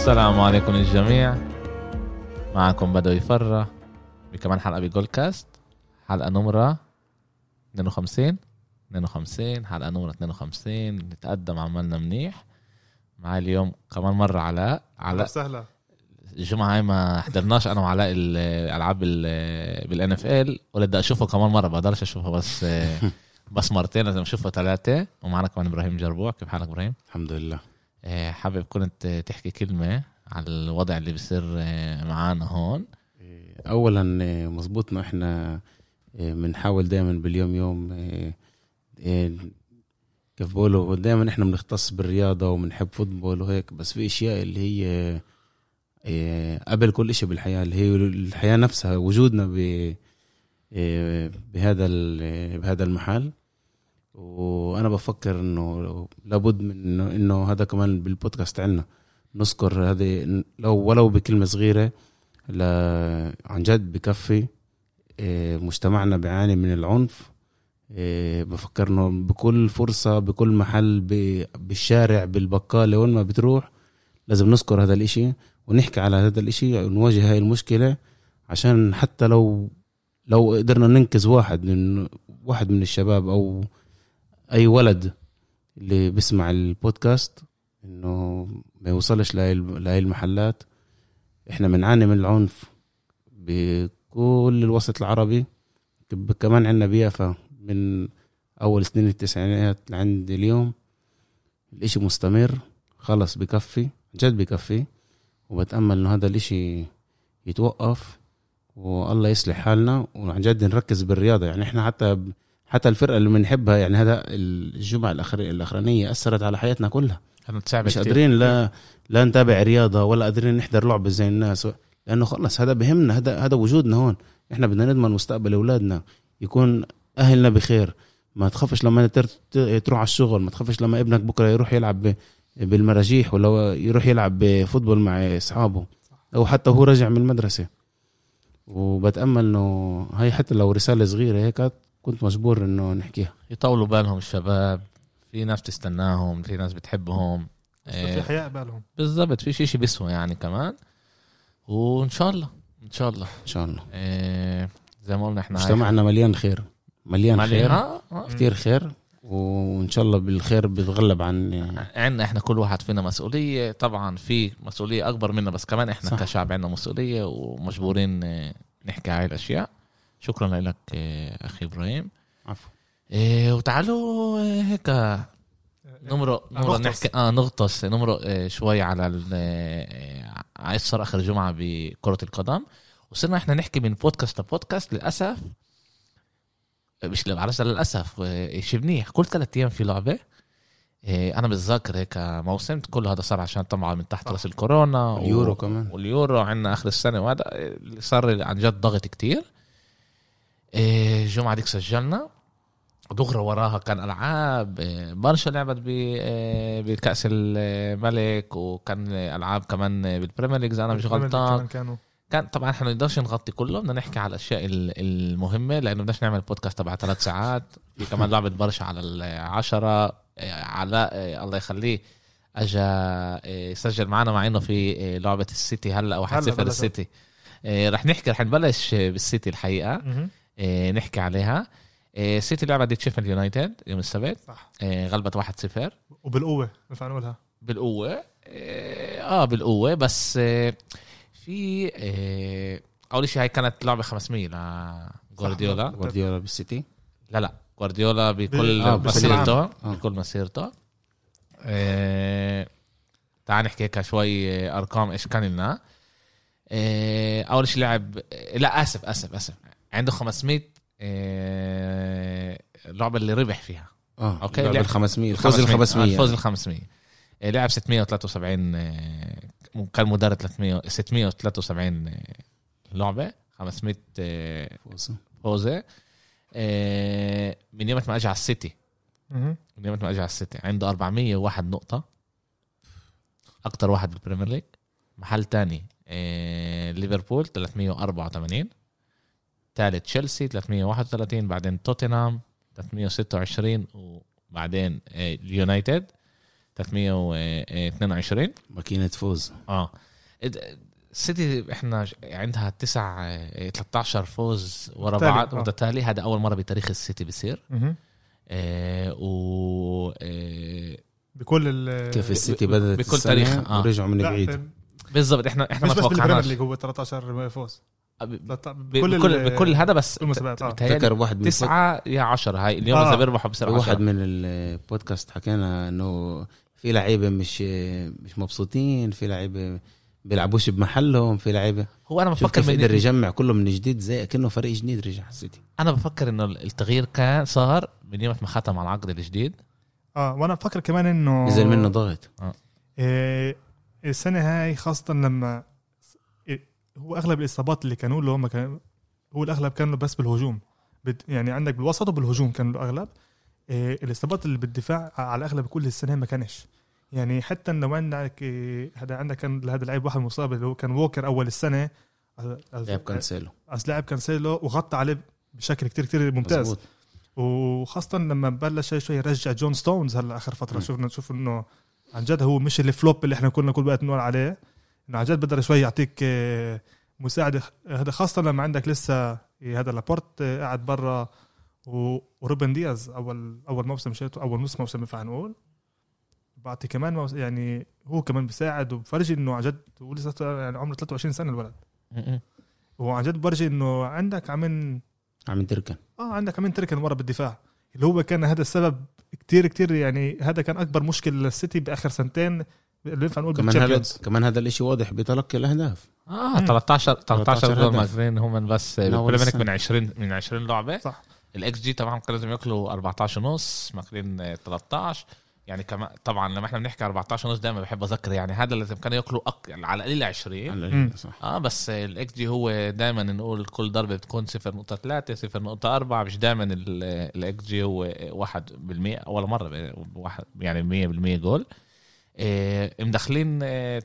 السلام عليكم الجميع. معكم بدو يفرح بكمان حلقة بجول كاست، حلقة نمرة 52 حلقة نمرة 52. نتقدم، عملنا منيح. معي اليوم كمان مرة علاء سهلة. الجمعة هاي ما حضرناش أنا وعلاء الألعاب بالان اف ال، ولا بدي أشوفه كمان مرة، بقدرش أشوفه بس مرتين، لازم أشوفه 3. ومعنا كمان إبراهيم جربوع. كيف حالك إبراهيم؟ الحمد لله. حابب كنت تحكي كلمة على الوضع اللي بيصير معانا هون. اولا مزبوط، ما احنا بنحاول دائما باليوم يوم، كيف بقولوا، دائما احنا بنختص بالرياضة وبنحب فوتبول وهيك، بس في اشياء اللي هي قبل كل اشي بالحياة، اللي هي الحياة نفسها، وجودنا بهذا المحل. وانا بفكر انه لابد من انه هذا كمان بالبودكاست عنا نذكر هذه ولو بكلمة صغيرة، عن جد بكفي. مجتمعنا بيعاني من العنف. بفكر انه بكل فرصة، بكل محل، بالشارع، بالبقالة، وين ما بتروح لازم نذكر هذا الاشي ونحكي على هذا الاشي ونواجه هاي المشكلة، عشان حتى لو قدرنا ننقذ واحد من الشباب او اي ولد اللي بيسمع البودكاست، انه ما يوصلش لهي المحلات. احنا بنعاني من العنف بكل الوسط العربي، كمان عندنا بيافا من اول سنين التسعينات لعند اليوم. الاشي مستمر، خلص بكفي، جد بكفي. وبتأمل انه هذا الاشي يتوقف والله يصلح حالنا، وعن جد نركز بالرياضة. يعني احنا حتى الفرقة اللي بنحبها، يعني هذا الجمعة الأخرانية أثرت على حياتنا كلها. مش قادرين لا نتابع رياضة ولا قادرين نحضر لعبة زي الناس، لأنه خلص هذا بهمنا، هذا وجودنا هون. إحنا بدنا نضمن مستقبل أولادنا، يكون أهلنا بخير. ما تخافش لما تروح على الشغل، ما تخافش لما ابنك بكرة يروح يلعب بالمراجيح ولا يروح يلعب بفوتبول مع أصحابه، أو حتى هو رجع من المدرسة. وبتأمل إنه هاي حتى لو رسالة صغيرة هيك كنت مجبور إنه نحكيها. يطولوا بالهم الشباب، في ناس تستناهم، في ناس بتحبهم، في حياء بالهم. بالضبط، في شيء بيسوى يعني كمان. وإن شاء الله زي ما قلنا احنا مجتمعنا مليان خير، مليان خير. كتير خير، وإن شاء الله بالخير بيتغلب عنا احنا كل واحد فينا مسؤولية. طبعا في مسؤولية أكبر منا، بس كمان احنا صح. كشعب عنا مسؤولية ومجبورين نحكي هاي الأشياء. شكرا لك أخي إبراهيم. عفو. وتعالوا هيك نمرق نحكي نغطس شوي على عايز صار آخر جمعة بكرة القدم، وصرنا احنا نحكي من بودكاست لبودكاست. للأسف مش للأسف شيء منيح، كل 3 أيام في لعبة. أنا بتذكر هيك موسم كل هذا صار عشان طبعا من تحت رأس الكورونا واليورو كمان، واليورو عنا آخر السنة، وهذا صار عن جد ضغط كتير. الجمعة ديك سجلنا دغرة وراها كان ألعاب برشا لعبت بكأس الملك، وكان ألعاب كمان بالبريمير ليج. أنا مش غلطان كان طبعا احنا نقدرش نغطي كله، بدنا نحكي على الأشياء المهمة، لأنه بدناش نعمل بودكاست تبع 3 ساعات. في كمان لعبة برشا على 10. على الله يخليه أجا يسجل معنا، مع إنه في لعبة السيتي هلأ 1-0 السيتي. رح نبلش بالسيتي الحقيقة. نحكي عليها. سيتي لعبة ضد شيفيلد يونايتد يوم السبت، غلبت 1-0 وبالقوة نفع نقولها بالقوة. بس في أول شيء هاي كانت لعبة 500 لغوارديولا بالسيتي. لا غوارديولا بكل مسيرته. تعال نحكي هيك شوي أرقام إيش كان لنا. أول شيء لعب، لا أسف عنده 500 اللعبة اللي ربح فيها. اوكي، لعب 500 الفوز ال 500 لعب 673 كان مدار 673 لعبة، 500 فوزة. من يوم ما اجى على السيتي عنده 401 نقطة، اكتر واحد بالبريمير ليج. محل تاني ليفربول 384، ثالث تشيلسي 331، بعدين توتنهام 326، وبعدين اليونايتد 322 ماكينة فوز. السيتي احنا عندها 13 فوز ورا بعض متتالي. هذا اول مره بتاريخ السيتي بيصير. بكل كيف السيتي بدأت بكل تاريخ ورجعوا من بعيد بالضبط. احنا ما توقعناش اللي هو 13 فوز بكل هذا، بس فكر واحد من 9 يا 10 هاي اليوم اذا بيربحوا بصير 10. واحد من البودكاست حكينا انه في لعيبه مش مبسوطين، في لعيبه بيلعبوش بمحلهم، في لعيبه. هو انا بفكر يقدر يجمع كله من جديد زي كأنه فريق جديد رجع السيتي. انا بفكر انه التغيير كان صار من يوم ما ختم على العقد الجديد. وانا بفكر كمان انه نزل منه ضغط. السنه هاي خاصه لما هو اغلب الاصابات اللي كانوا له هو الاغلب كانوا بس بالهجوم، يعني عندك بالوسط وبالهجوم كانوا الاغلب. الاصابات اللي بالدفاع على اغلب كل السنه ما كانش، يعني حتى لو عندك هذا عندك كان هذا اللاعب واحد مصاب اللي هو كان ووكر اول السنه، لاعب كانسيلو وغطى عليه بشكل كتير ممتاز. مزبوط. وخاصه لما بلش شوي يرجع جون ستونز هلا اخر فتره نشوف انه عن جد هو مش الفلوب اللي احنا كنا كل وقت نقول عليه، انه عن جد بقدر شوي يعطيك مساعده. هذا خاصه لما عندك لسه هذا لابورت قاعد برا وروبن دياز اول موسم شاته، اول نص موسم ينفع نقول بعطي كمان يعني هو كمان بيساعد وبفرجي انه عن جد هو لسه يعني عمره 23 سنه الولد. هو عن جد برجي انه عندك عم تركن عندك عم تركن ورا بالدفاع، اللي هو كان هذا السبب كتير يعني هذا كان اكبر مشكله للسيتي باخر سنتين اللي ينفع نقول كمان هذا الاشي واضح بتلقي الاهداف. 13 جول ماكرين هم بس من 20 لعبه صح. الاكس جي طبعا كان لازم ياكلوا 14 ونص، ماكرين 13 يعني. كمان طبعا لما احنا بنحكي 14 ونص دائما بحب اذكر يعني هذا لازم كانوا ياكلوا على القليل 20 صح. بس الاكس جي هو دائما نقول كل ضربه بتكون 0.3 0.4، مش دائما الاكس جي هو 1% ولا مره يعني 100% جول. مدخلين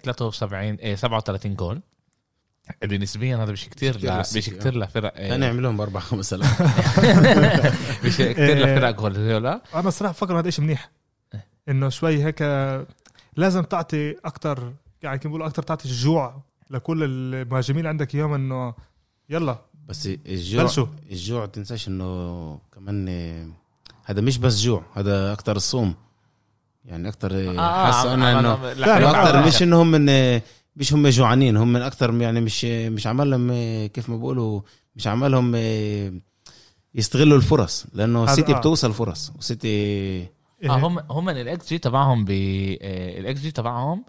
37 جول اللي نسبيا هذا مش كتير لفرق كان يعملهم 4-5 مش كتير لفرق جول. لا انا الصراحه بفكر هذا شيء منيح انه شوي هيك لازم تعطي اكتر، يعني كيف بيقولوا اكتر تعطي الجوع لكل المهاجمين عندك يوم انه يلا. بس الجوع تنساش انه كمان هذا مش بس جوع، هذا اكتر الصوم يعني اكتر. حاسس انا انه اكتر مش انهم مش هم جوعانين، هم من اكتر يعني مش عملهم كيف ما بيقولوا مش عملهم يستغلوا الفرص، لانه السيتي بتوصل فرص والسيتي هم الاكس جي تبعهم الاكس جي تبعهم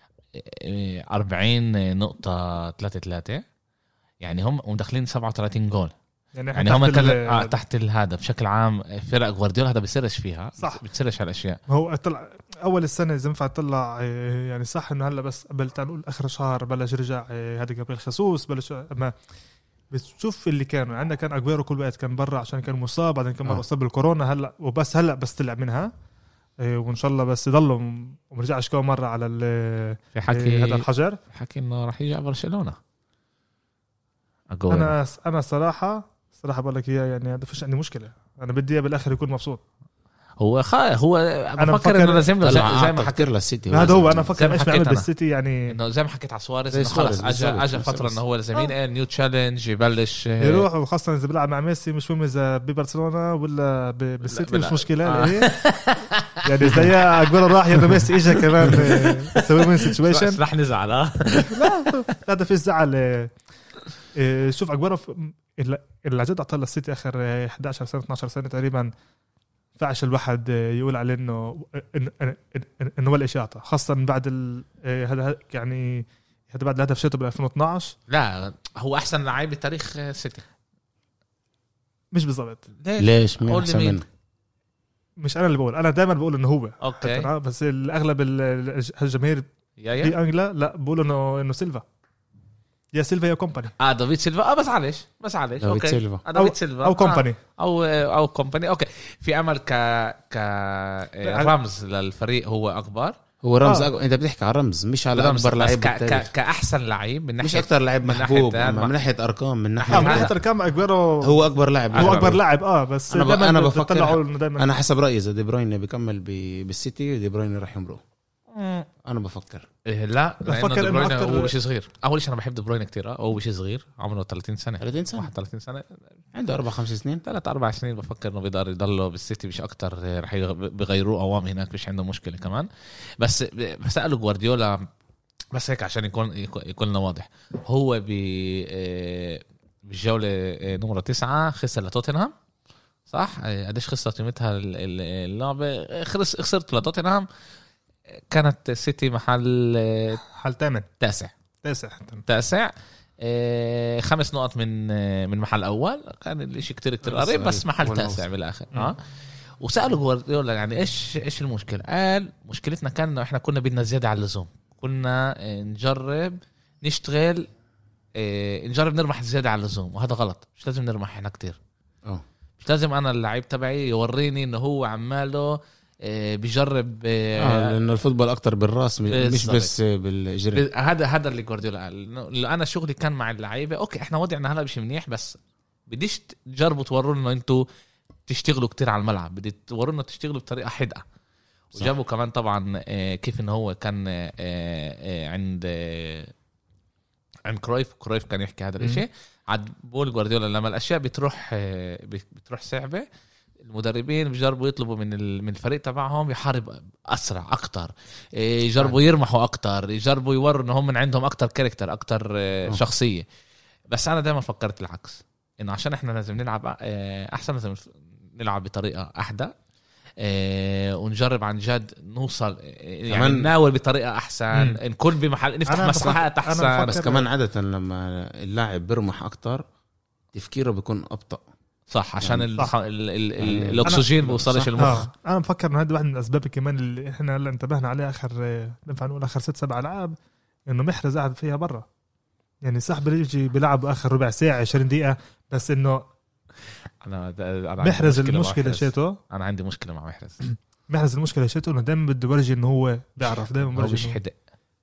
40.33 يعني هم مدخلين 37 جول يعني هم تحت هذا. بشكل عام فرق غوارديولا هذا بيسرش فيها صح، بتسرش على الاشياء. هو طلع اول السنه اذا ينفع طلع يعني صح انه هلا بس قبل تنقول اخر شهر بلش رجع هذا جابريل خيسوس بلش. اما بتشوف اللي كانوا عندنا كان اجويرو كل وقت كان برا عشان كان مصاب، بعدين كان مره اصاب بالكورونا هلا وبس هلا بس طلع منها وان شاء الله بس يضلوا ومرجعش كم مره على في حكي هذا الحجر حكي انه راح يجي برشلونه. انا صراحه بقول لك اياه يعني هذا فيش عندي مشكله، انا بدي بالاخر يكون مبسوط. هو انا بفكر انه لازم له زي ما حكيت للسيتي هذا هو انا فكر ايش بيعمل بالسيتي يعني انه زي ما حكيت على سواريز انه خلص اجى فتره انه هو لازم نيو تشالنج يبلش يروح، وخاصه اذا بيلعب مع ميسي مش مهم اذا ببرشلونه ولا بالسيتي مش مشكله يعني زي اجبر راح يا ميسي اجى كمان يسوي من سيتويشن رح نزعل لا هذا في زعل. شوف اجبر اللي جد اعطى السيتي اخر 11 سنه 12 سنه تقريبا فعش الواحد يقول عليه انه ولا شيء اعطى، خاصه بعد هذا يعني هذا بعد الهدف شاته بال 2012. لا هو احسن لاعب بتاريخ السيتي مش بالضبط. ليش مين مش انا اللي بقول، انا دائما بقول انه هو اوكي، بس الاغلب الجماهير في انجلا لا بقولوا انه سيلفا يا سيلفا يا كومباني. دافيد سيلفا بس معلش اوكي سيلفا. دافيد سيلفا او كومباني او كومباني اوكي. في امل رمز للفريق هو اكبر، هو رمز انت بتحكي على رمز مش على اكبر لعيب كاحسن لعيب من ناحيه مش اكتر لعيب محبوب من ناحيه ارقام، من ناحيه ارقام اجبره هو اكبر لاعب بس انا بفكر انا حسب رايي اذا دي بروين بيكمل بالسيتي دي بروين راح يمرق انا بفكر لا بفكر دي بروين إنه هو مش صغير. اول شيء انا بحب دي بروين كتير. هو مش صغير عمره 30 سنه 31 سنه عنده 4-5 سنين 3-4 سنين. بفكر انه بيقدر يضله بالسيتي مش اكتر. رح بيغيروه قوام هناك مش عنده مشكله كمان. بس بسأله جوارديولا بس هيك عشان يكون لنا واضح. هو بالجوله نمرة 9 خسر لتوتنهام صح؟ قديش خسرت قيمتها اللعبه؟ خسرت لتوتنهام. كانت سيتي محل 8 9 5 نقط من محل اول. كان الاشي كتير قريب بس محل 9 بالاخر. وسألوا جوارديولا يعني ايش المشكله؟ قال مشكلتنا كان انه احنا كنا بدنا زياده على اللزوم. كنا نجرب نشتغل نجرب نربح زياده على اللزوم وهذا غلط. مش لازم نربح احنا كتير. مش لازم انا اللعيب تبعي يوريني انه هو عماله بيجرب لانه الفوتبول اكتر بالراس مش بس بالاجري. هذا اللي جوارديولا قال. انا شغلي كان مع اللعيبه اوكي احنا وضعنا هلا مش منيح بس بديش تجربوا تورونا انتوا تشتغلوا كتير على الملعب. بدي تورونا تشتغلوا بطريقه حدقه. وجابوا كمان طبعا كيف انه هو كان عند كرويف كان يحكي هذا الشيء. عاد بول جوارديولا لما الاشياء بتروح صعبه المدربين بيجربوا يطلبوا من الفريق تبعهم يحارب اسرع اكتر. يجربوا يرمحوا اكتر. يجربوا يوروا انهم من عندهم اكتر كاركتر اكتر شخصيه. بس انا دائما فكرت العكس انه عشان احنا لازم نلعب احسن لازم نلعب بطريقه احدى ونجرب عن جد نوصل يعني نناول بطريقه احسن. نكون بمحل نفتح مساحات احسن. بس كمان عاده لما اللاعب بيرمح اكتر تفكيره بيكون ابطأ صح عشان الاكسجين بيوصلش المخ. انا بفكر انه هذا واحد من الاسباب كمان اللي احنا هلا انتبهنا عليه اخر ننفع نقول اخر 6-7 العاب انه محرز قاعد فيها برا. يعني صح بيجي بيلعب اخر ربع ساعه 20 دقيقه بس انه انا محرز المشكله شيته. انا عندي مشكله مع محرز المشكله شيته انه دائما بده يورجي انه هو بيعرف. دائما هو مش حدق.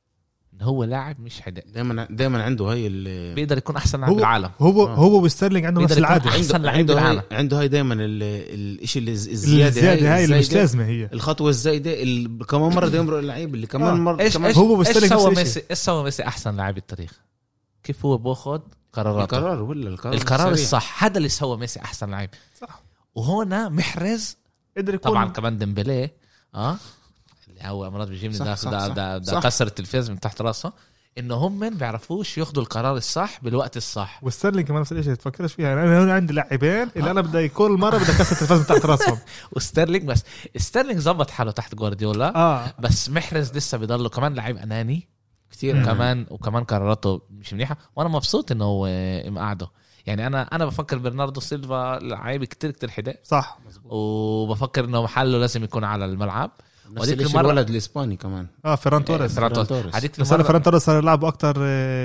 هو لاعب مش حدق. دائما عنده هاي اللي بيقدر يكون احسن لاعب بالعالم. هو وستيرلينج عنده نفس العاده. عنده هاي دايما الشيء الزياده هاي اللي مش لازمه. هي الخطوه الزايده كمان مره يمرق اللعيب اللي كمان مره هو وستيرلينج ايش سوى ميسي احسن لاعب التاريخ؟ كيف هو باخذ قرارات القرار الصح. هذا اللي سوى ميسي احسن لاعب صح. وهنا محرز قدر طبعا كمان ديمبلي اللي هو مرات بيجيبني ده كسر التلفاز من تحت راسه انه هم من بيعرفوش ياخذوا القرار الصح بالوقت الصح. وستيرلينج كمان نفس الشيء تفكرش فيها. انا هنا عندي لاعبين اللي انا بدي كل مره بدي كسر التلفاز من تحت راسهم. وستيرلينج بس ستيرلينج زبط حاله تحت جوارديولا بس محرز لسه بيضله كمان لاعب اناني كتير وكمان قراراته مش منيحه. وانا مبسوط انه هو مقعده. يعني انا بفكر برناردو سيلفا لعيب كتير حدق صح. وبفكر انه محله لازم يكون على الملعب. وديك المره الولد الاسباني كمان فيران توريس. هذيك بس فيران توريس صار يلعب اكتر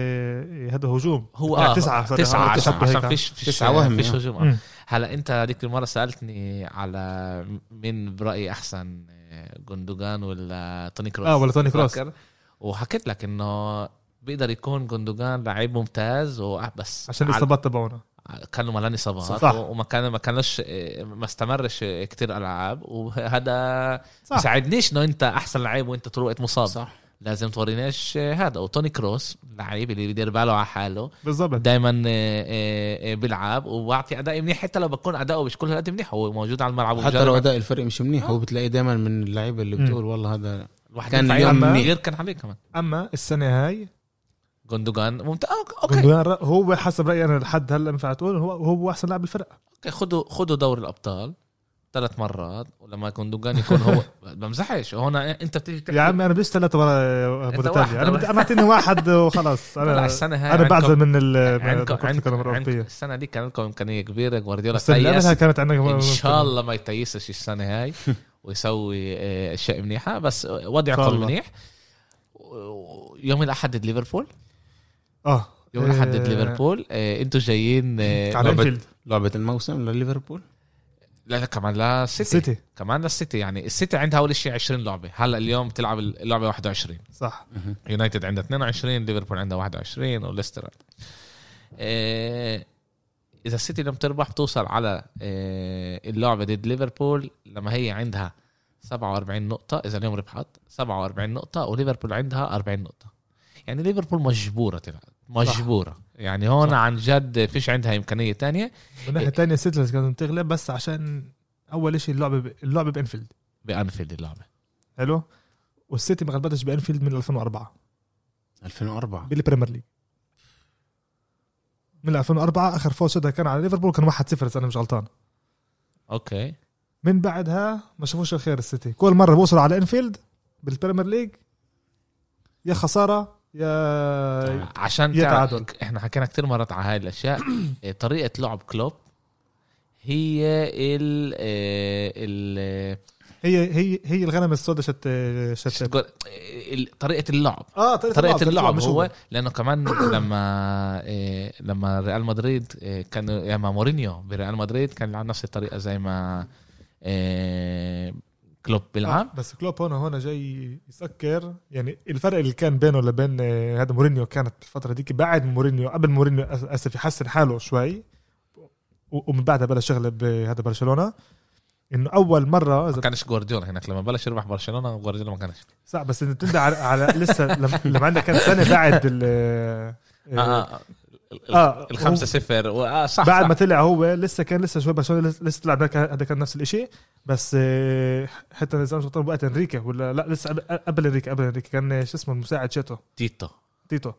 هذا هجوم. هو 9 عشان فيش هجوم. هلا انت هذيك المره سالتني على مين برايي احسن جوندوجان ولا توني كروس. ولا توني كروس. وحكيت لك انه بيقدر يكون جوندوجان لعيب ممتاز بس عشان الاصابات تبعونا كانوا ملاني اصابات وما كانش ما استمرش كتير العاب. وهذا يساعدنيش انه انت احسن لعيب وانت طول الوقت مصاب. صح. لازم توريناش هذا. وتوني كروس لعيب اللي بيدير باله على حاله بالضبط. دايما بيلعب وبعطي اداء منيح. حتى لو بكون اداؤه مش كل هالقد منيح هو موجود على الملعب. حتى لو اداء الفريق مش منيح هو بتلاقي دايما من اللعيبه اللي بتقول والله هذا كان اليوم غير كان عليه كمان. اما السنه هاي جوندوجان ممتاز. جوندوجان هو حسب رايي انا لحد هلا ينفع تقول هو احسن لاعب بالفرقه. خدوا دوري الابطال 3 مرات ولما جوندوجان يكون هو بمزحش. هنا انت بتيجي يا عمي انا بديش 3 مرات متتاليه. انا اعطيني واحد وخلاص. انا بعزل من الاوروبيه. السنه دي كان لكم امكانيه كبيره. جوارديولا كانت عندنا ان شاء الله ما يتيسش السنه هاي ويسوي اشياء منيحه. بس وضعكم منيح. يوم الاحد ليفربول. يوم الاحد ليفربول. انتوا جايين لعبه الموسم لليفربول. لا كمان للسيتي. كمان للسيتي. يعني السيتي عندها اول شيء 20 لعبه. هلا اليوم تلعب اللعبه 21 صح. يونايتد عندها 22 ليفربول عندها 21 وليستر. اذا السيتي لما تربح بتوصل على اللعبه ضد ليفربول لما هي عندها 47 نقطة إذا اليوم ربحت 47 نقطة، وليفربول عندها 40 نقطة. يعني ليفربول مجبورة تلعب، مجبورة صح. يعني هون صح. عن جد فيش عندها إمكانية تانية. من ناحية تانية سيتي كانت تغلب بس عشان أول شيء اللعبة بأنفيلد اللعبة حلو. والسيتي ما غلبتش بأنفيلد من 2004 بالبريمير ليج. من 2004 آخر فوز ده كان على ليفربول كان 1-0 أنا مش غلطان. أوكي. من بعدها ما شافوش الخير. السيتي كل مرة بوصلوا على انفيلد بالبريمير ليج يا خسارة يا عشان تعادل. احنا حكينا كتير مرات على هاي الاشياء. طريقة لعب كلوب هي هي الغنم السوداء طريقة اللعب. طريقة اللعب هو لأنه كمان لما ريال مدريد كان ياما مورينيو بريال مدريد كان على نفس الطريقة زي ما كلوب بيلعب. بس كلوب هنا جاي يسكر. يعني الفرق اللي كان بينه وبين هذا مورينيو كانت الفترة ديك بعد مورينيو قبل مورينيو أسف يحسن حاله شوي ومن بعدها بلش يغلب بهذا برشلونة. انه اول مره ما كانش جوارديولا هناك لما بلش يربح برشلونه. جوارديولا ما كانش صح. بس انت بتندى على لسه لما عندك كان سنه بعد ال 5-0 صح بعد صح. ما طلع هو لسه شوي برشلونه لسه طلع هذا كان نفس الاشي. بس حتى نظام شطار وقت انريكا ولا لا لسه قبل انريكا كان شو اسمه المساعد شاتو تيتو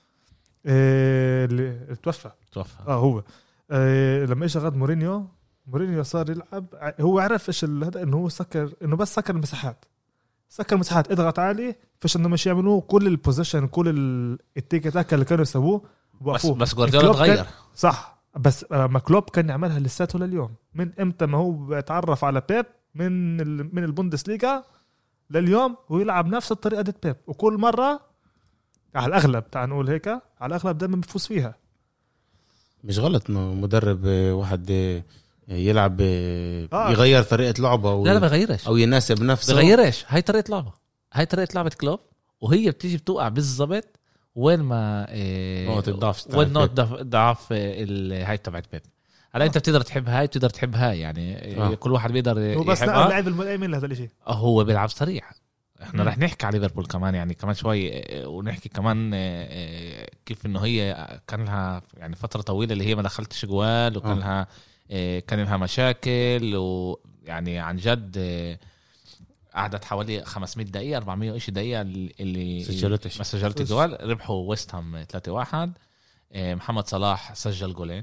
اللي توفى هو لما ايش غاد مورينيو صار يلعب. هو عرف ايش هذا انه هو سكر انه بس سكر المساحات اضغط عالي فيش انه مش يعملوا كل البوزيشن كل التيكي تاكا اللي كانوا يسووه بس جوارديولا تغير صح. بس ما كلوب كان يعملها لساته لليوم. من امتى ما هو اتعرف على بيب من البوندسليغا لليوم ويلعب نفس الطريقه دي بيب. وكل مره على الاغلب تعال نقول هيك على الاغلب دائما بيفوز فيها. مش غلط انه مدرب واحد يلعب يغير طريقة لعبه لا بغيرش أو يناسب نفسه. بغيرش. هاي طريقة لعبة كلوب وهي بتيجي بتوقع بالضبط وين ما وين نوت ضعف هاي تبعت بيب. هلا انت بتقدر تحب هاي بتقدر تحب هاي يعني كل واحد بيقدر يحبها. بس اللاعب المؤمن لهذا الشيء هو بيلعب سريع. احنا رح نحكي على ليفربول كمان يعني كمان شوي ونحكي كمان كيف انه هي كان لها يعني فترة طويلة اللي هي ما دخلتش جوال وكان لها كان لها مشاكل ويعني عن جد قعدت حوالي 500 دقيقة 400 وإشي دقيقة اللي ما سجلت جوال. ربحوا ويست هام 3-1. محمد صلاح سجل جولين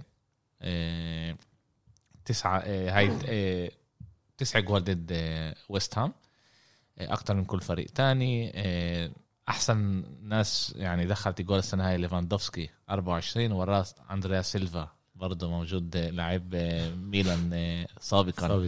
9 جوال ضد ويست هام أكتر من كل فريق تاني. أحسن ناس يعني دخلت جول السنة هاي ليفاندوفسكي 24 وراه أندريا سيلفا برضه موجود لاعب ميلان سابقا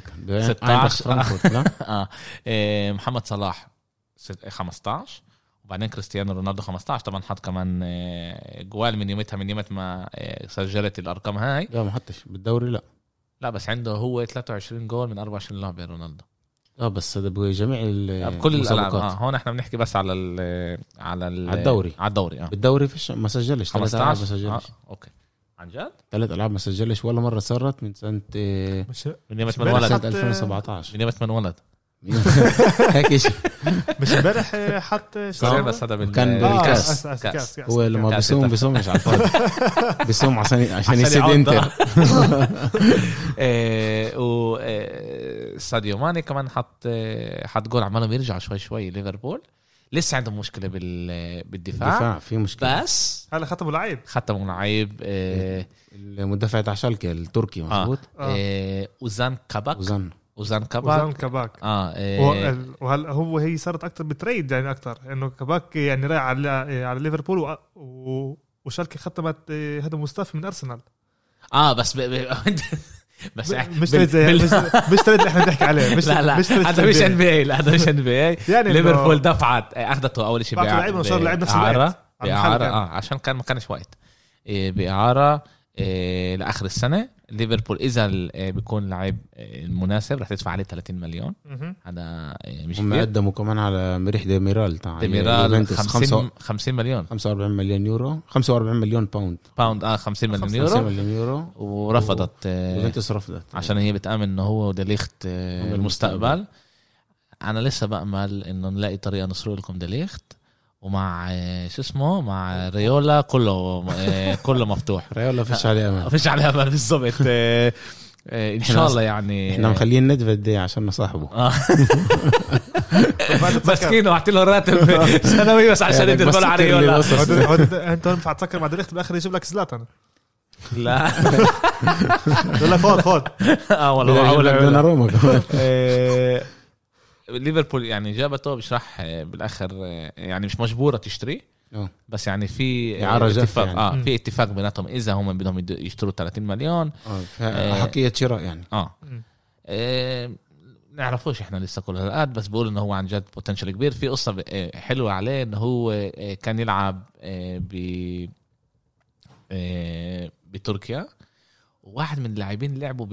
16. محمد صلاح 15 وبعدين كريستيانو رونالدو 15. طبعا حط كمان جوال من يومتها ما سجلت الارقام هاي. لا ما حطش بالدوري لا بس عنده هو 23 جول من 24 لعبه رونالدو. بس هذا بجميع بكل الالعاب. هون احنا بنحكي بس على الدوري بالدوري فيش ما سجلش 15 ما سجلش. اوكي عن جد 3 ألعاب ما سجلش ولا مرة. صارت من سنة من يوم من ولد 2017 من يوم من ولد هيك شيء. مش امبارح حط بس هذا كان بالكاس. هو لما بيصومش على الفاضي بيصوم عشان يسد انتر. و ساديو ماني كمان حط جول عمالهم يرجع شوي ليفربول. لسه عندهم مشكلة بالدفاع في مشكلة. بس هلا ختموا لعيب المدافع تاع شالكة التركي مظبوط. وزان كاباك وهل هي صارت اكتر بتريد يعني اكتر انه كاباك يعني رايح على ليفربول وشالكة ختمت هذا مصطفى من ارسنال. بس مش تريد اللي احنا بنحكي عليه. مش هذا مش ان بي اي. هذا مش ان بي اي. يعني ليفربول دفعت اخذته اول شيء بإعارة صار لعب نفس الوقت عشان كان ما كانش وقت بإعارة لاخر السنه. ليفربول اذا بيكون لاعب المناسب رح تدفع عليه 30 مليون. هذا مش هم قدموا كمان على مريح ديميرال 50 مليون 45 مليون يورو 45 مليون باوند 50 مليون يورو ورفضت يوفنتوس رفضت عشان هي بتآمن انه هو ديليخت المستقبل. انا لسه بأمل انه نلاقي طريقه نصروا لكم ديليخت ومع شو اسمه مع ريولا كله مفتوح. ريولا فيش عليه امل. فيش عليه امل بالضبط. ان شاء الله يعني احنا مخليين ندفد دي عشان نصاحبه. مسكينه اعطي له راتب سنوي بس عشان يدير على ريولا. انت ينفع تسكر مع ديليخت بالاخر يجيب لك زلاتان. لا لا خد والله روما ليفربول يعني جابته بشرح بالاخر يعني مش مجبوره تشتري بس يعني في اتفاق يعني. في اتفاق بيناتهم اذا هم بدهم يشتروا 30 مليون حكايه شراء يعني نعرفوش احنا لسه كل هالقد بس بقول انه هو عن جد بوتنشال كبير. في قصه حلوه عليه انه هو كان يلعب بتركيا وواحد من اللاعبين لعبوا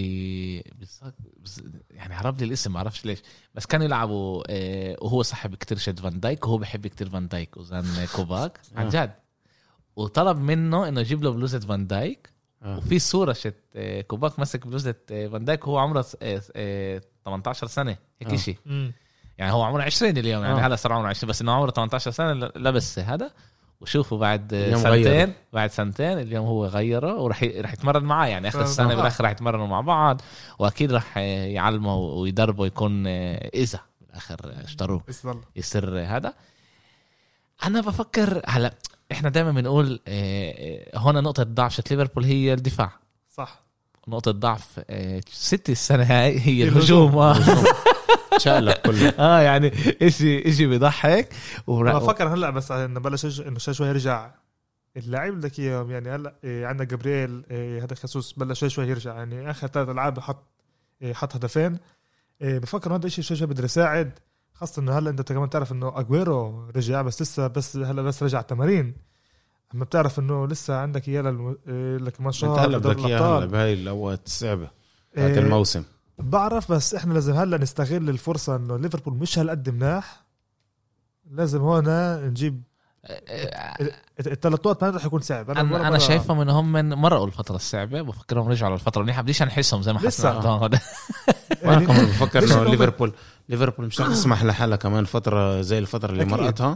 يعني هرب لي الاسم ما اعرفش ليش بس كانوا يلعبوا وهو صاحب كتير شد فان دايك وهو بيحب كتير فان دايك وزان كوباك عن جد وطلب منه انه يجيب له بلوزة فان دايك وفي صورة شت كوباك مسك بلوزة فان دايك وهو عمره 18 سنة هيك شيء يعني هو عمره 20 اليوم يعني هلا صار عمره 20 بس انه عمره 18 سنة لبس هذا وشوفوا بعد سنتين اليوم هو غيره وراح يتمرن معاه يعني اخر السنه بالاخر راح يتمرنوا مع بعض واكيد راح يعلمه ويدربه يكون اذا بالاخر اشتروه يصير هذا. انا بفكر هلا احنا دائما بنقول هنا نقطه ضعف ليفربول هي الدفاع صح. نقطه ضعف سيتي السنه هاي هي الهجوم شالك كله يعني إشي بيضحك. انا بفكر هلا بس انه بلش انه شوي يرجع اللاعب بدك اياهم يعني هلا عندنا جابرييل هذا خصوص بلش شوي يرجع يعني اخر 3 العاب حط هدفين. بفكر هذا الشيء شوي بده يساعد خاصه انه هلا انت كمان تعرف انه اجويرو رجع بس لسه هلا بس رجع تمارين اما بتعرف انه لسه عندك اياه لك ما شاء الله هلا بدك اياه بهاي الاوقات الصعبه تاعت الموسم. بعرف بس احنا لازم هلا نستغل الفرصه انه ليفربول مش هالقد مناح لازم هون نجيب الثلاث نقط ما رح يكون صعب. انا شايفهم انهم مرقوا الفتره الصعبه بفكرهم رجعوا للفتره المنيحه بديش نحسهم زي ما حسنا وانا كمان بفكر انه ليفربول مش رح تسمح لحالها كمان فتره زي الفتره اللي مرقتها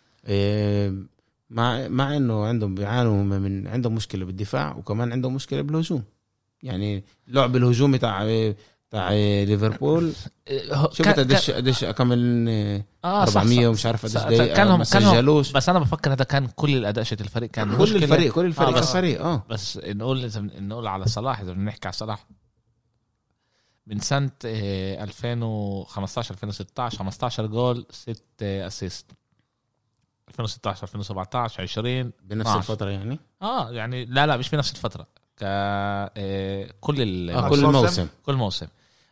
مع انه عندهم بيعانوا من عندهم مشكله بالدفاع وكمان عندهم مشكله بالهجوم يعني لعب الهجومي تاع ليفربول شوف قديش اكمل 400 ومش عارف قديش دقيقه ما سجلوش بس انا بفكر هذا كان كل الاداء شت الفريق كان كل الفريق بس نقول على صلاح اذا بنحكي على صلاح من سنه 2015 2016 15 جول 6 اسيست 2016 2017 20 بنفس الفتره يعني يعني لا مش بنفس الفتره كل الموسم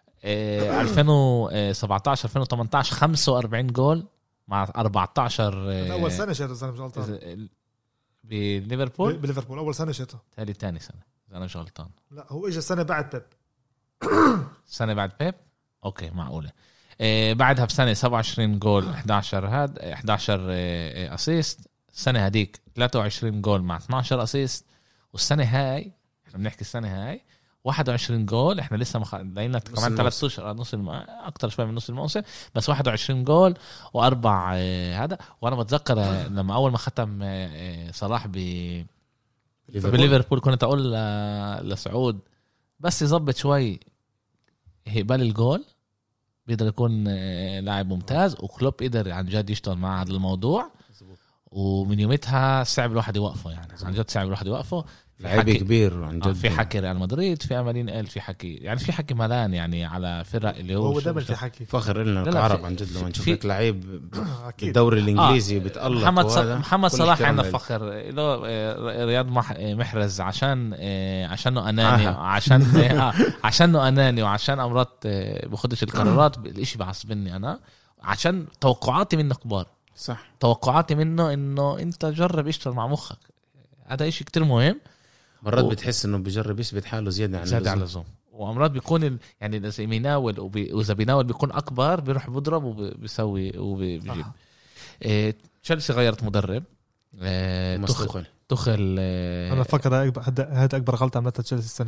2017 2018 45 جول مع 14 اول سنه شاته زي مش غلطان بليفربول اول سنه شاته ثاني سنه اذا انا مش غلطان. لا هو اجى سنه بعد بيب سنه بعد بيب اوكي معقوله. بعدها بسنه 27 جول 11 اسيست. السنه هذيك 23 جول مع 12 اسيست. والسنه هاي احنا بنحكي السنه هاي 21 جول احنا لسه لقينا كمان 3 اشهر اكتر شوي من نص الموسم بس 21 جول واربع هذا. وانا بتذكر لما اول ما ختم صلاح بليفربول كنت اقول لسعود بس يظبط شوي هيبال الجول بيقدر يكون لاعب ممتاز وكلوب قدر عن جد يشتغل مع هذا الموضوع ومن يومتها صعب الواحد يوقفه يعني عن جد صعب الواحد يوقفه. لعيب كبير عن جد في حكي ريال مدريد في امالين قال في حكي يعني في حكي ملان يعني على فرق اللي هو دائما في حكي فخر لنا العرب عن جد لما نشوف لك لعيب بالدوري الانجليزي بتألق محمد صلاح عندنا فخر له رياض محرز عشانه اناني عشانه اناني وعشان امرات بخدش القرارات الاشي بعصبني انا عشان توقعاتي منه كبار صح توقعاتي منه انه انت جرب اشتغل مع مخك هذا اشي كتير مهم. مرات بتحس انه بيجرب يثبت حاله زياده عن اللزوم وامراض بيكون يعني اذا بيناول واذا بيناول بيكون اكبر بيروح بيضرب وبيسوي وبيجيب. تشيلسي غيرت مدرب تخل انا فكر هذا اكبر غلطه عملتها تشيلسي السنه هاي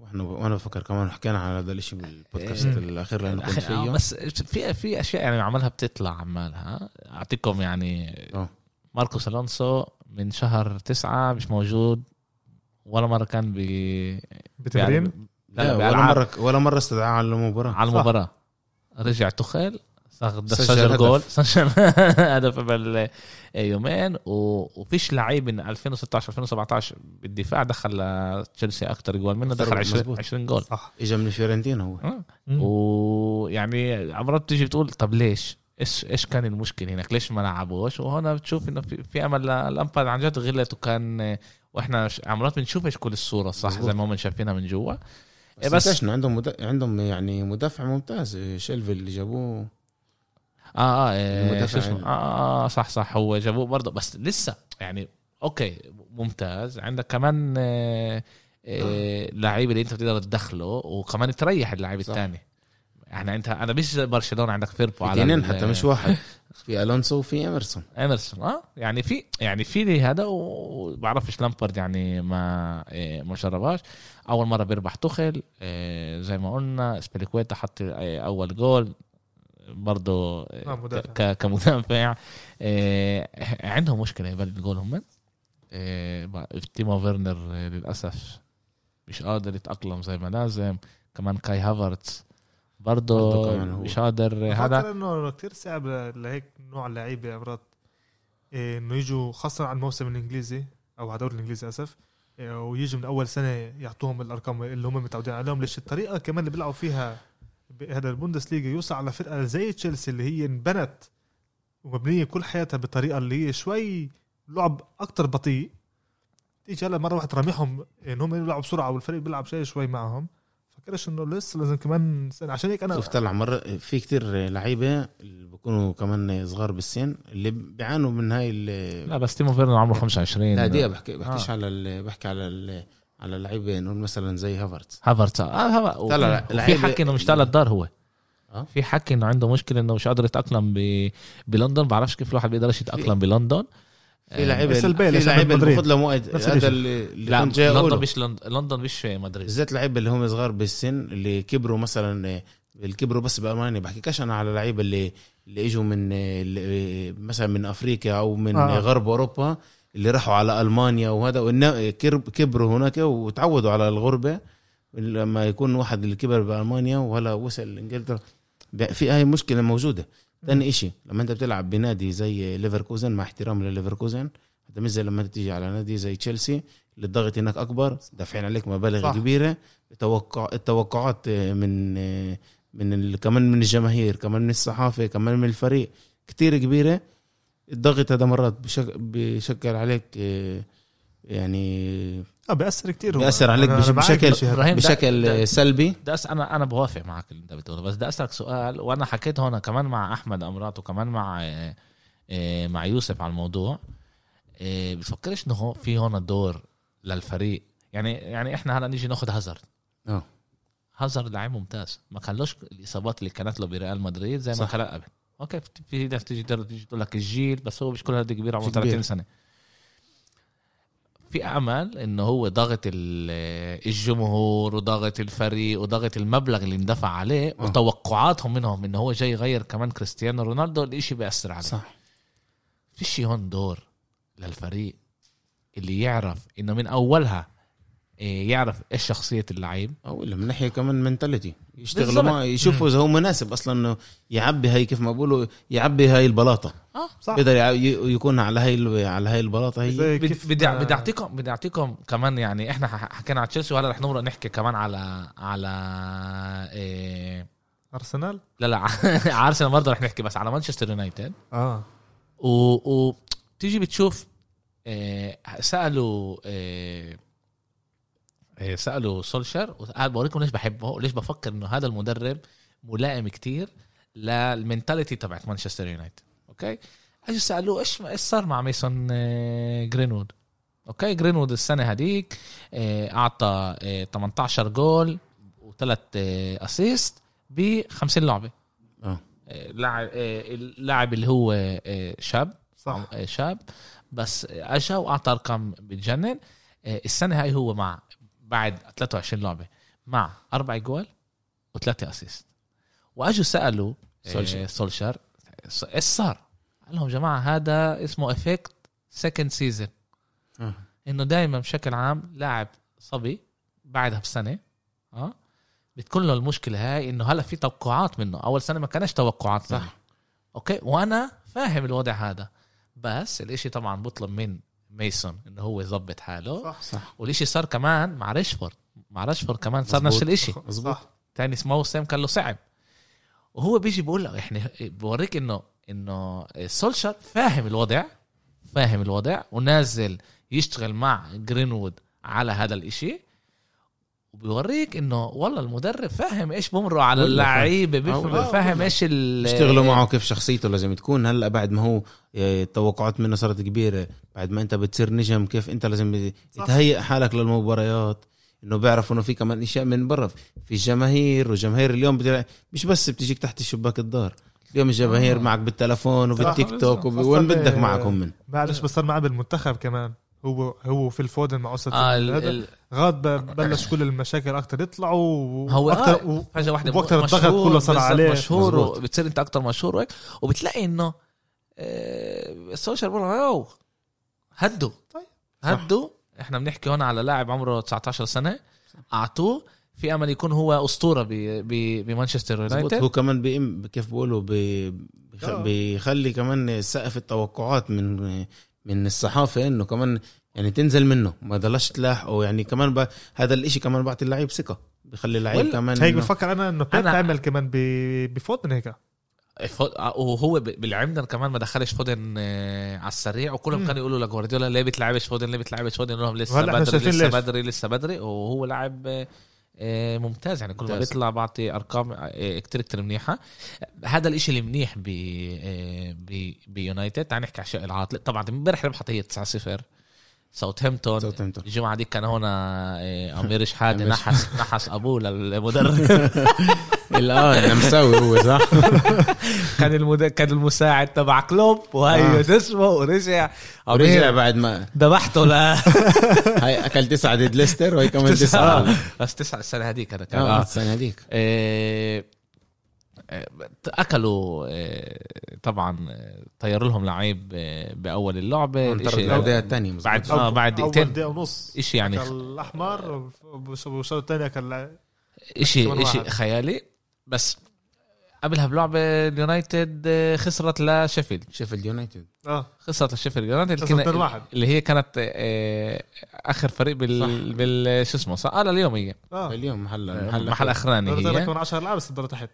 وانا بفكر كمان حكينا على هذا الاشي بالبودكاست الاخير اللي كنت فيه. بس في اشياء يعني عملها بتطلع عمالها. اعطيكم يعني ماركوس الونسو من شهر 9 مش موجود ولا مرة كان بتمرين. ولا مرة استدعاه على المباراة. رجع تخيل سجل جول هدف قبل يومين وفيش لعيب من 2016 2017 بالدفاع دخل تشيلسي اكتر جول منه، دخل 20 جول صح. اجى من فيورنتينا هو. ويعني عمرات تيجي بتقول طب ليش ايش كان المشكله هناك، ليش ما لعبوش؟ وهنا بتشوف انه في امل لامبارد عن جد غلط، وكان واحنا عمرات بنشوف ايش كل الصوره صح زي ما هم شايفينها من جوا. بس عندهم يعني مدافع ممتاز شيلفي اللي جابوه. صح هو جابوه برضه، بس لسه يعني اوكي ممتاز. عندك كمان لعيب اللي انت بتقدر تدخله وكمان تريح اللعيب الثاني. يعني انا مش برشلونة عندك فيربو على اثنين حتى مش واحد، في الونسو وفي ايمرسون يعني في لي هذا. وبعرفش لامبارد يعني ما شربهاش. اول مرة بيربح تخل زي ما قلنا. سبيليكويتا حط اول جول برضو كمدافع. عندهم مشكلة يبلد جولهم تيمو فيرنر للأسف مش قادر يتأقلم زي ما لازم. كمان كاي هافرتس برضو مش قادر. هذا انه كتير صعب لهيك نوع اللعيبة عبرات انه يجوا خاصة على الموسم الانجليزي او على الدوري الانجليزي اسف، ويجوا من اول سنة يعطوهم الارقام اللي هم متعودين عليهم. ليش الطريقة كمان اللي بيلعبوا فيها هذا البوندسليغا يوصل على فرقة زي تشيلسي اللي هي انبنت ومبنية كل حياتها بطريقة اللي هي شوي لعب أكتر بطيء، تيجي هلا مرة واحدة رميهم إنهم يلعبوا بسرعة والفريق بيلعب شوي معهم. فكرش إنه لسه لازم كمان سنة. عشان هيك أنا شفت طلع مرة في كتير لعيبة اللي بيكونوا كمان صغار بالسن اللي بيعانوا من هاي. لا بس تيمو فيرنر عمره 25. لا دي بحكيش بحكي على اللعيبة نقول مثلا زي هافرتس. في حكي إنه مش طالع الدار هو. في حكي إنه عنده مشكلة إنه مش قادر يتأقلم بلندن. بعرفش كيف الواحد بيقدرش يتأقلم بلندن. في لعيبة بياخد له موعد. هذا اللي كنت جاي أقوله. لندن مش مدريد. بالذات لعيبة اللي هم صغار بالسن اللي كبروا مثلا الكبروا بس بألمانيا. بحكيكاش أنا على لعيبة اللي إجوا من مثلا من أفريقيا أو من غرب أوروبا اللي راحوا على ألمانيا وهذا كبروا هناك وتعودوا على الغربة. لما يكون واحد اللي كبر بألمانيا وهلا وصل إنجلترا في هاي مشكلة موجودة. ثاني إشي لما أنت بتلعب بنادي زي ليفركوزن مع احترام لليفركوزن هذا مش زي لما تيجي على نادي زي تشيلسي اللي الضغط هناك أكبر دافعين عليك مبالغ كبيرة. التوقعات كمان من الجماهير كمان من الصحافة كمان من الفريق كتير كبيرة. الضغط هذا مرات بيشكل عليك يعني بيأثر كتير بيأثر عليك بشكل سلبي. ده أنا بوافق معك اللي أنت بتقوله. بس ده أسألك سؤال وأنا حكيت هنا كمان مع أحمد أمرات وكمان مع يوسف على الموضوع. بتفكرش إنه في هنا دور للفريق؟ يعني إحنا هلا نيجي ناخد هازارد لاعب ممتاز ما كانلوش الإصابات اللي كانت له بريال مدريد زي ما كان قبل. أوكي في ناس تيجي تقول لك الجيل بس هو مش كل هذا كبير عمره 30 سنة. في أمل إنه هو ضغط الجمهور وضغط الفريق وضغط المبلغ اللي اندفع عليه وتوقعاتهم منهم إنه هو جاي يغير كمان كريستيانو رونالدو. الإشي بيأثر عليه. صح. فيش هون دور للفريق اللي يعرف إنه من أولها يعرف إيش شخصية اللعيب أو من ناحية كمان منتاليتي يشتغلوا ما يشوفوا إذا هو مناسب أصلاً إنه يعبي هاي كيف ما بقولوا يعبي هاي البلاطة. صح. بيقدر يكون على هاي البلاطة هي. بدي أعطيكم كمان يعني إحنا حكينا على تشيلسي وهلا رح نمرق نحكي كمان على أرسنال. لا أرسنال برضه رح نحكي بس على مانشستر يونايتد. وتيجي بتشوف سألوا سولشر وقال بوريكم ليش بحبه وليش بفكر إنه هذا المدرب ملائم كتير للمنتاليتي تبعت مانشستر يونايتد. أوكي أجي سألوه إيش صار مع ميسون جرينوود. أوكي جرينوود السنة هديك أعطى 18 جول و3 أسيست ب50 لعبة. اللاعب اللي هو شاب صح. شاب بس أجا وأعطى أرقام بتجنن. السنة هاي هو بعد 23 لعبة مع 4 جول و3 اسيست. واجوا سالوا سولشار ايش صار، قال لهم جماعه هذا اسمه افكت سكند سيزون. انه دائما بشكل عام لاعب صبي بعدها بسنه بتكون له المشكله هاي، انه هلا في توقعات منه. اول سنه ما كانش توقعات صح منه. اوكي وانا فاهم الوضع هذا، بس الاشي طبعا بطلب من ميسون انه هو يظبط حاله. صح. والاشي صار كمان مع راشفورد كمان صار نفس الاشي. صح. تاني موسم كان له صعب، وهو بيجي بقول له احنا بوريك انه سولشر فاهم الوضع ونازل يشتغل مع جرينوود على هذا الاشي، وبيوريك انه والله المدرب فاهم ايش بمروا على اللعيبه، فاهم ايش يشتغلوا معه كيف شخصيته لازم تكون. هلا بعد ما هو التوقعات منه صارت كبيره، بعد ما انت بتصير نجم كيف انت لازم تهيئ حالك للمباريات، انه بيعرفوا انه في كمان اشياء من برا، في الجماهير. وجماهير اليوم مش بس بتجيك تحت الشباك الدار، اليوم الجماهير معك بالتلفون وبالتيك توك وين بدك معكم من معلش. بس صار معه بالمنتخب كمان، هو في الفودن مع أسد غاد بلش كل المشاكل أكتر يطلعوا، هو أكتر حاجة واحدة وأكتر الضغط كله صار عليه مشهور، وبتصير أنت أكتر مشهور وبتلاقي إنه السوشيال بقول هدوا إحنا بنحكي هنا على لاعب عمره 19 سنة أعطوه في أمل يكون هو أسطورة بمانشستر يونايتد. هو كمان كيف بيقولوا بيخلي كمان سقف التوقعات من الصحافة إنه كمان يعني تنزل منه ما ضلش تلاحقه. يعني كمان هذا الاشي كمان بعطي اللعيب ثقة، بيخلي اللعيب كمان هيك بفكر أنا إنه بيعمل كمان بفودن هيك. وهو بالعمدن كمان ما دخلش فودن على السريع، وكلهم كانوا يقولوا لجوارديولا ليه بتلعبش فودن لهم لسه بدري وهو لاعب ممتاز. يعني كل ما بيطلع بعطي ارقام كتير منيحه. هذا الاشي اللي منيح بيونايتد. تعال نحكي على الشيء العاطل. طبعا امبارح ربحت هي 9-0 ساوثهامبتون. الجمعه دي كان هنا امير شحاده نحس ابوه للمدرب الان مساوي هو صح. كان المساعد تبع كلوب وهي اسمه ورجع بعد ما ذبحته هاي اكل 9 ضد ليستر وهي كمان 9 بس 9 السنه هذيك هذا كان السنه هذيك اكلوا طبعا طيروا لهم لعيب باول اللعبه الدقيقه الثانيه بعد دقيقتين دقيقه ونص شيء يعني الاحمر والشوط الثاني اكل شيء خيالي. بس قبلها بلعبه اليونايتد خسرت لشيفيلد يونايتد خسرت لشيفيلد يونايتد اللي هي كانت اخر فريق شو اسمه صار اليوم هي اليوم محل اخراني هي كمان 10 لاعب بس تحت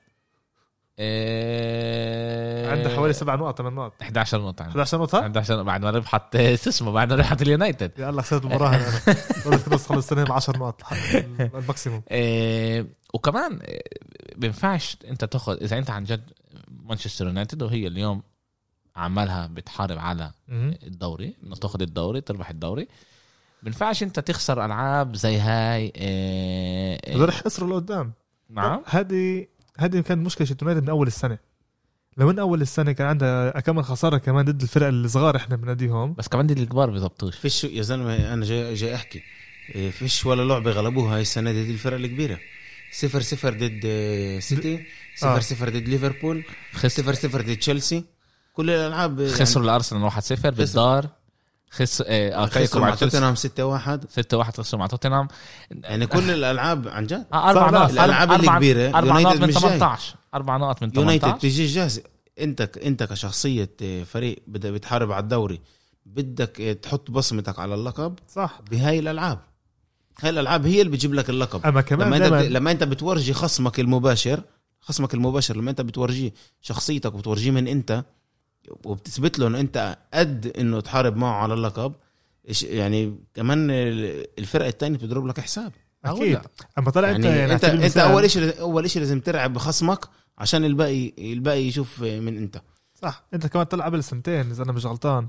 عنده حوالي 7 نقط 8 نقط 11 نقطة 11 بعد ما ربحت بعد ما ربحت اليونايتد. يا الله خسرت المباراة انا ضلت نص خلص السنة ب 10 نقط الماكسيموم. وكمان بينفعش انت تاخذ اذا انت عن جد مانشستر يونايتد وهي اليوم عمالها بتحارب على الدوري انه تاخذ الدوري تربح الدوري، بينفعش انت تخسر العاب زي هاي رح يخسروا لقدام. نعم هذه كانت مشكلة يونايتد من أول السنة. لو من أول السنة كان عندها كمان خسارة كمان ضد الفرق الصغار إحنا بناديهم، بس كمان ضد الكبار بيضبطوش. فيش يا زلمة أنا جاي أحكي فيش ولا لعبة غلبوها هاي السنة ضد الفرق الكبيرة. 0-0 ضد سيتي 0-0 ضد ليفربول 0-0 ضد تشيلسي. كل الألعاب خسروا الأرسنال 1-0 بالدار خسروا مع توتنهام 6-1 خسروا مع توتنهام. يعني كل الألعاب عن جد 4 نقط الألعاب الكبيرة يونايتد من 18 4 نقط من 18 يونايتد تيجي جاهز. انت كشخصية فريق بدأ بتحارب على الدوري بدك تحط بصمتك على اللقب صح. بهاي الألعاب هاي الألعاب هي اللي بتجيب لك اللقب. أما كمان لما انت بتورجي خصمك المباشر لما انت بتورجيه شخصيتك وبتورجيه من انت وبتثبت له انه انت قد انه تحارب معه على اللقب، يعني كمان الفرقه الثانيه بتضرب لك حساب اكيد. اما طلع يعني انت اول شيء لازم تلعب بخصمك عشان الباقي يشوف من انت صح. انت كمان طلع قبل سنتين اذا انا مش غلطان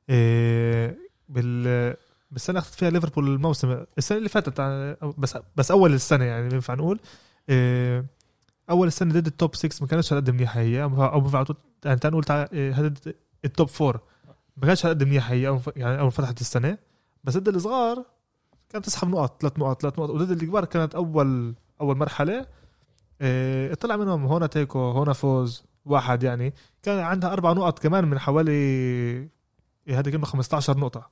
بالسنه اخذت فيها ليفربول الموسم السنه اللي فاتت بس اول السنه يعني ينفع نقول اول السنه ضد التوب 6 ما كانش هقدم منيحه هي او يعني نقول هذا التوب 4 ما كانش هقدم منيحه هي يعني اول فتحت السنه. بس ضد الصغار كانت تسحب نقط 3 نقط وضد الكبار كانت اول اول مرحله طلع منهم هنا تيكو هنا فوز واحد، يعني كان عندها 4 نقط كمان من حوالي هذا كنا 15 نقطه.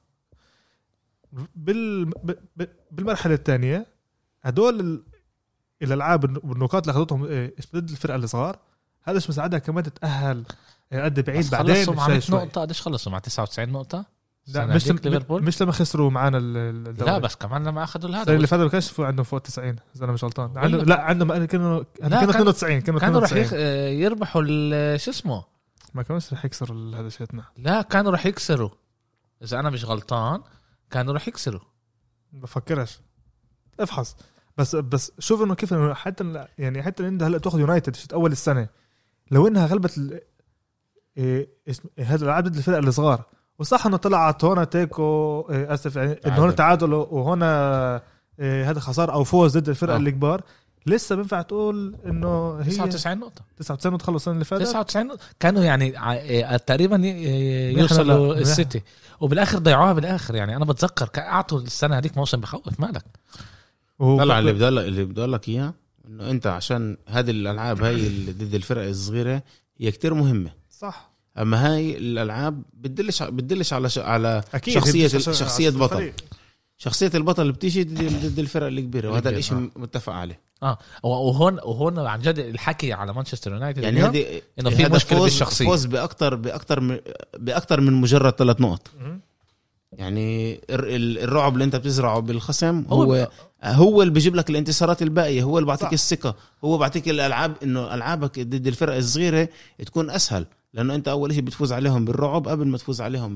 بالمرحله الثانيه هدول الالعاب والنقاط اللي اخذتهم ضد الفرقه الصغار، هذا مش مساعدها كمان تتاهل قد بعيد. بعدين خلصوا مع 100 نقطه، قديش خلصوا مع 99 نقطه؟ لا مش لما خسروا معانا الدوري، لا بس كمان لما اخذوا الهدف اللي فاتوا كشفوا عندهم فوق 90 اذا انا مش غلطان. عندهم كانوا 92 كانوا راح يربحوا شو اسمه، ما كانوش راح يكسروا الهدفاتنا. لا كانوا راح يكسروا اذا انا مش غلطان، كانوا راح يكسروا. بفكرش افحص بس شوف انه كيف إنه حتى يعني حتى انت هلا تاخذ يونايتد اول السنه لو انها غلبت هذا اللاعب ضد الفرق الصغار، وصح انه طلعت هنا تيكو اسف يعني انه هنا تعادل وهنا هذا خساره او فوز ضد الفرق الكبار، لسه بينفع تقول انه هي 99 نقطه 99 نقطه خلص السنه اللي فاتت 99 كانوا يعني تقريبا يوصلوا السيتي وبالاخر ضيعوها بالاخر. يعني انا بتذكر اعطوا السنه هذيك موسم بخوف مالك. طلع اللي بدي اقول لك اياه انه انت عشان هذه الالعاب هاي اللي ضد الفرق الصغيره هي كتير مهمه صح، اما هاي الالعاب بتدلش على شخصيه بطل، شخصيه البطل اللي بتيجي ضد الفرق الكبيره، وهذا الاشي متفق عليه. وهون عن جد الحكي على مانشستر يونايتد يعني هذه انه في مشكله بالشخصيه، فوز باكثر من مجرد 3 نقط. يعني الرعب اللي انت بتزرعه بالخصم هو اللي بيجيب لك الانتصارات الباقيه، هو اللي بعطيك الثقه، هو بعطيك الالعاب انه العابك ضد الفرق الصغيره تكون اسهل، لانه انت اول شيء بتفوز عليهم بالرعب قبل ما تفوز عليهم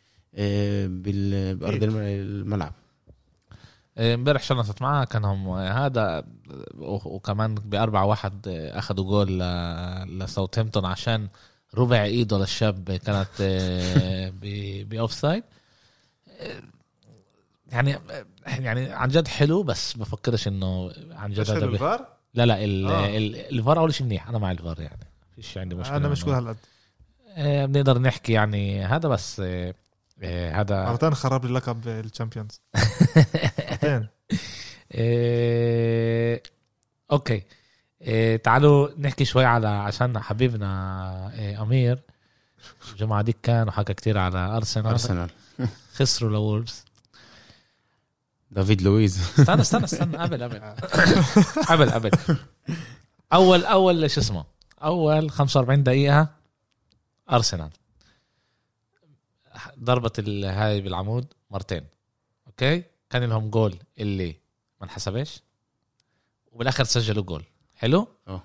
بارض الملعب. امبارح شنطت معاه كانهم هذا، وكمان ب4-1 اخذوا جول لساوثهامبتون عشان ربع ايده للشاب كانت باوفسايد. يعني عن جد حلو، بس بفكرش انه عن جد هذا الفار. لا الفار اول شيء منيح، انا مع الفار يعني فيش عندي مشكله. انا مش كل هالقد بنقدر نحكي يعني هذا، بس هذا مرتين خرب لي لقب الشامبيونز مرتين. اوكي تعالوا نحكي شوي على عشان حبيبنا امير الجمعه دي كان وحكى كتير على ارسنال خسروا لوولفز. دافيد لويز استنى قبل اول شو اسمه، اول 45 دقيقه ارسنال ضربت هاي بالعمود مرتين، اوكي كان لهم جول اللي ما انحسبش، وبالاخر سجلوا جول حلو.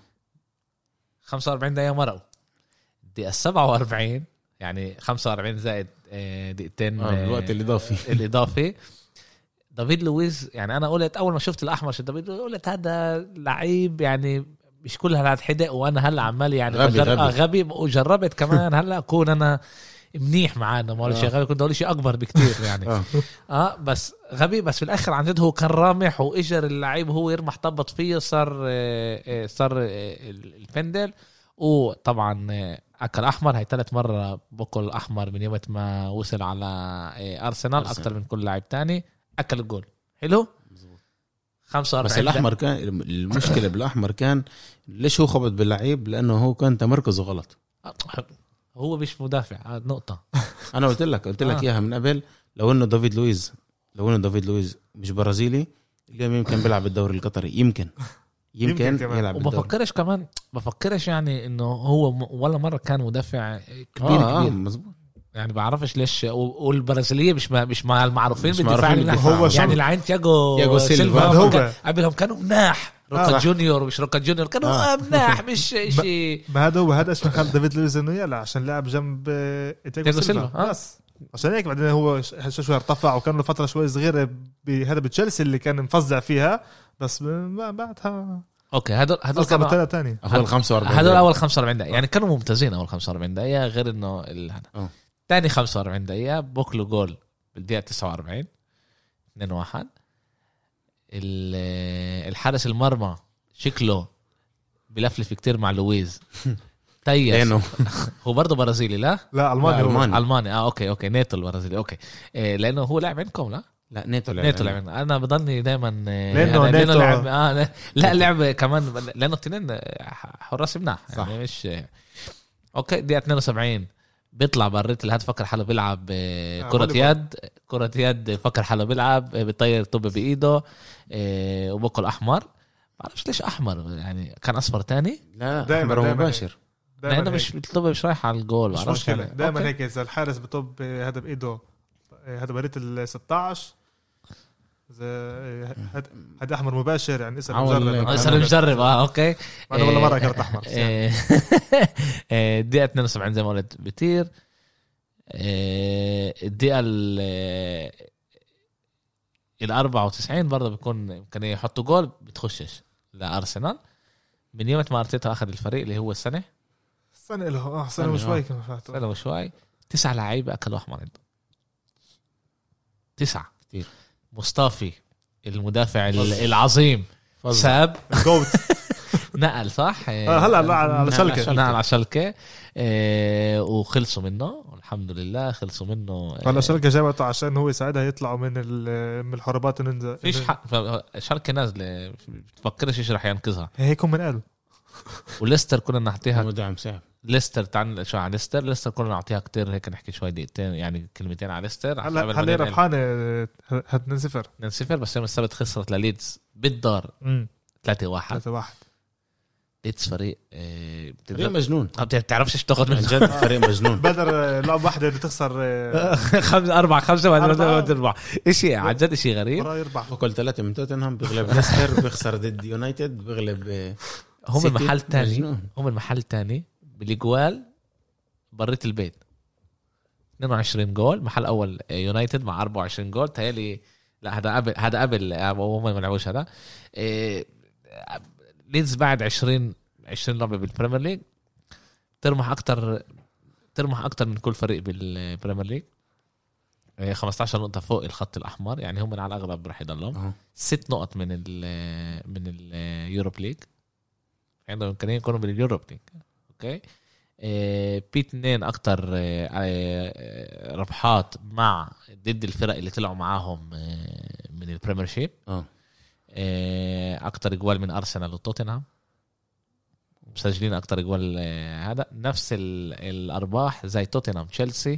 45 دقيقه مرقوا، دقيقه 47 يعني 45 زائد دقيقتين الوقت الاضافي دافيد لويز. يعني انا قلت اول ما شفت الاحمر دافيد قلت هذا لعيب يعني مش كل هالحدق، وانا هلا عمال يعني غبي وجربت كمان هلا اكون انا منيح معانا، ما شيء غبي، كنت اقول شيء اكبر بكتير يعني بس غبي. بس في الاخر عن جد هو كان رامح واجر اللعيب وهو يرمح طبط فيه، صار البندل، وطبعا اكل احمر. هاي 3 مرة بكل احمر من يوم ما وصل على ارسنال، اكتر من كل لاعب تاني اكل الجول حلو 45. بس الاحمر كان المشكله بالاحمر كان ليش هو خبط باللعيب، لانه هو كان تمركزه غلط، هو مش مدافع نقطه. انا قلت لك اياها من قبل، لو انه دافيد لويز مش برازيلي اليوم يمكن بيلعب الدوري القطري، يمكن يلعب. وبفكرش يعني انه هو ولا مره كان مدافع كبير مزبوط. يعني بعرفش ليش. والبرازيليه مش مع المعروفين بالدفاع، هو يعني العين تياجو سيلفا قبلهم كانوا مناح، روكا جونيور مش روكا جونيور كانوا مناح مش شيء. ما هذا اسمه خالد دافيد لويز انه يلا عشان لعب جنب تياجو سيلفا بس عشان هيك. بعدين هو شوي ارتفع، وكان له فتره شوي صغيره بهذا بتشيلسي اللي كان مفزع فيها، بس بعدها اوكي هذول كانوا ثاني اول 45 هذول اول 45 دقيقه يعني كانوا ممتازين اول 45 دقيقه، غير انه هذا ثاني 45 دقيقه بوكلو جول بالدقيقه 49 2-1. الحارس المرمى شكله بلفلف كتير مع لويز تيس هو برضه برازيلي لا الماني اوكي نيتو البرازيلي اوكي لانه هو لاعب عندكم لا نيتو لعب. انا بضلني دايما لانه لعب لا لعب كمان لانه اثنين حراس مناح يعني مش اوكي. دي 72 بيطلع بريت الهدف، فكر حاله بيلعب كرة يد فكر حاله بيلعب بيطير طب بايده وبكل احمر. بعرفش ليش احمر يعني، كان اصفر تاني. لا دائما مباشر لانه مش بيطلب، مش رايح على الجول. مش مشكله دائما هيك اذا الحارس بطب هذا بايده هذا بريت ال 16 هذا احمر مباشر يعني. اسال مجرب اوكي. انا ولا مره كانت احمر. الدقيقه 72 زي ما قلت بيطير. الدقيقه ال 94 برضه بيكون كان يحطوا جول بتخشش لارسنال من يوم ما ارتيتا اخذ الفريق اللي هو السنه له سنه وشوي كان فات سنه وشوي. 9 لعيبه اكلوا احمر 9 كتير. مصطفي المدافع العظيم ساب جوت نقل صح هلا على شلكه نقل على شلكه وخلصوا منه الحمد لله. خلصوا منه هلا شلكه جابته عشان هو يساعدها يطلعوا من الحربات. فيش حق شلكه نازله بتفكرش ايش راح ينقذها هيك هم قالوا. وليستر كنا نعطيها مدعم سعب. ليستر تعال شو على ليستر كنا نعطيها كتير هيك نحكي شوي دقيقتين يعني كلمتين على ليستر. هلا ربحانه 2-0 بس يوم السبت خسرت لليدز بالدار 3-1. ليدز فريق مجنون. ما بتعرفش ايش تاخذ من جد. فريق مجنون. بدر لعب واحده اللي تخسر 4-5 4 شيء عن جد شيء غريب. يربح وكل 3 من توتنهام بيغلب ليستر بيخسر ضد يونايتد بيغلب هم المحل الثاني بالجوال بريت البيت 22 جول. محل اول يونايتد مع 24 جول تهيألي. لا هذا قبل هم ما لعبوش هذا. ليدز بعد 20 لعبه بالبريمير ليج ترمح اكتر من كل فريق بالبريمير ليج. 15 نقطه فوق الخط الاحمر يعني هم على الاغلب راح يضلهم 6 نقط من اليوروب ليج. عندهم امكانيه يكونوا باليوروب ليج اوكي. بي 2 اكتر ربحات مع ضد الفرق اللي طلعوا معاهم من البريمير شيب. اكتر جوال من ارسنال وتوتنهام مسجلين اكتر جوال. هذا نفس الارباح زي توتنهام تشيلسي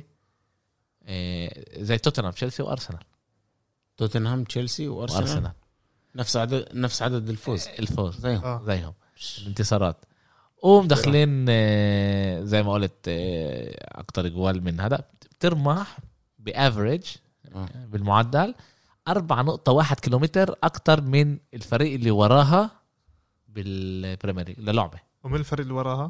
وارسنال. توتنهام تشيلسي وارسنال نفس عدد الفوز زيهم الانتصارات. ومدخلين زي ما قلت اكتر جوال من هذا. بترمح بافريج بالمعدل 4.1 كيلومتر اكتر من الفريق اللي وراها بالبريمير ليج للعبه. ومن الفريق اللي وراها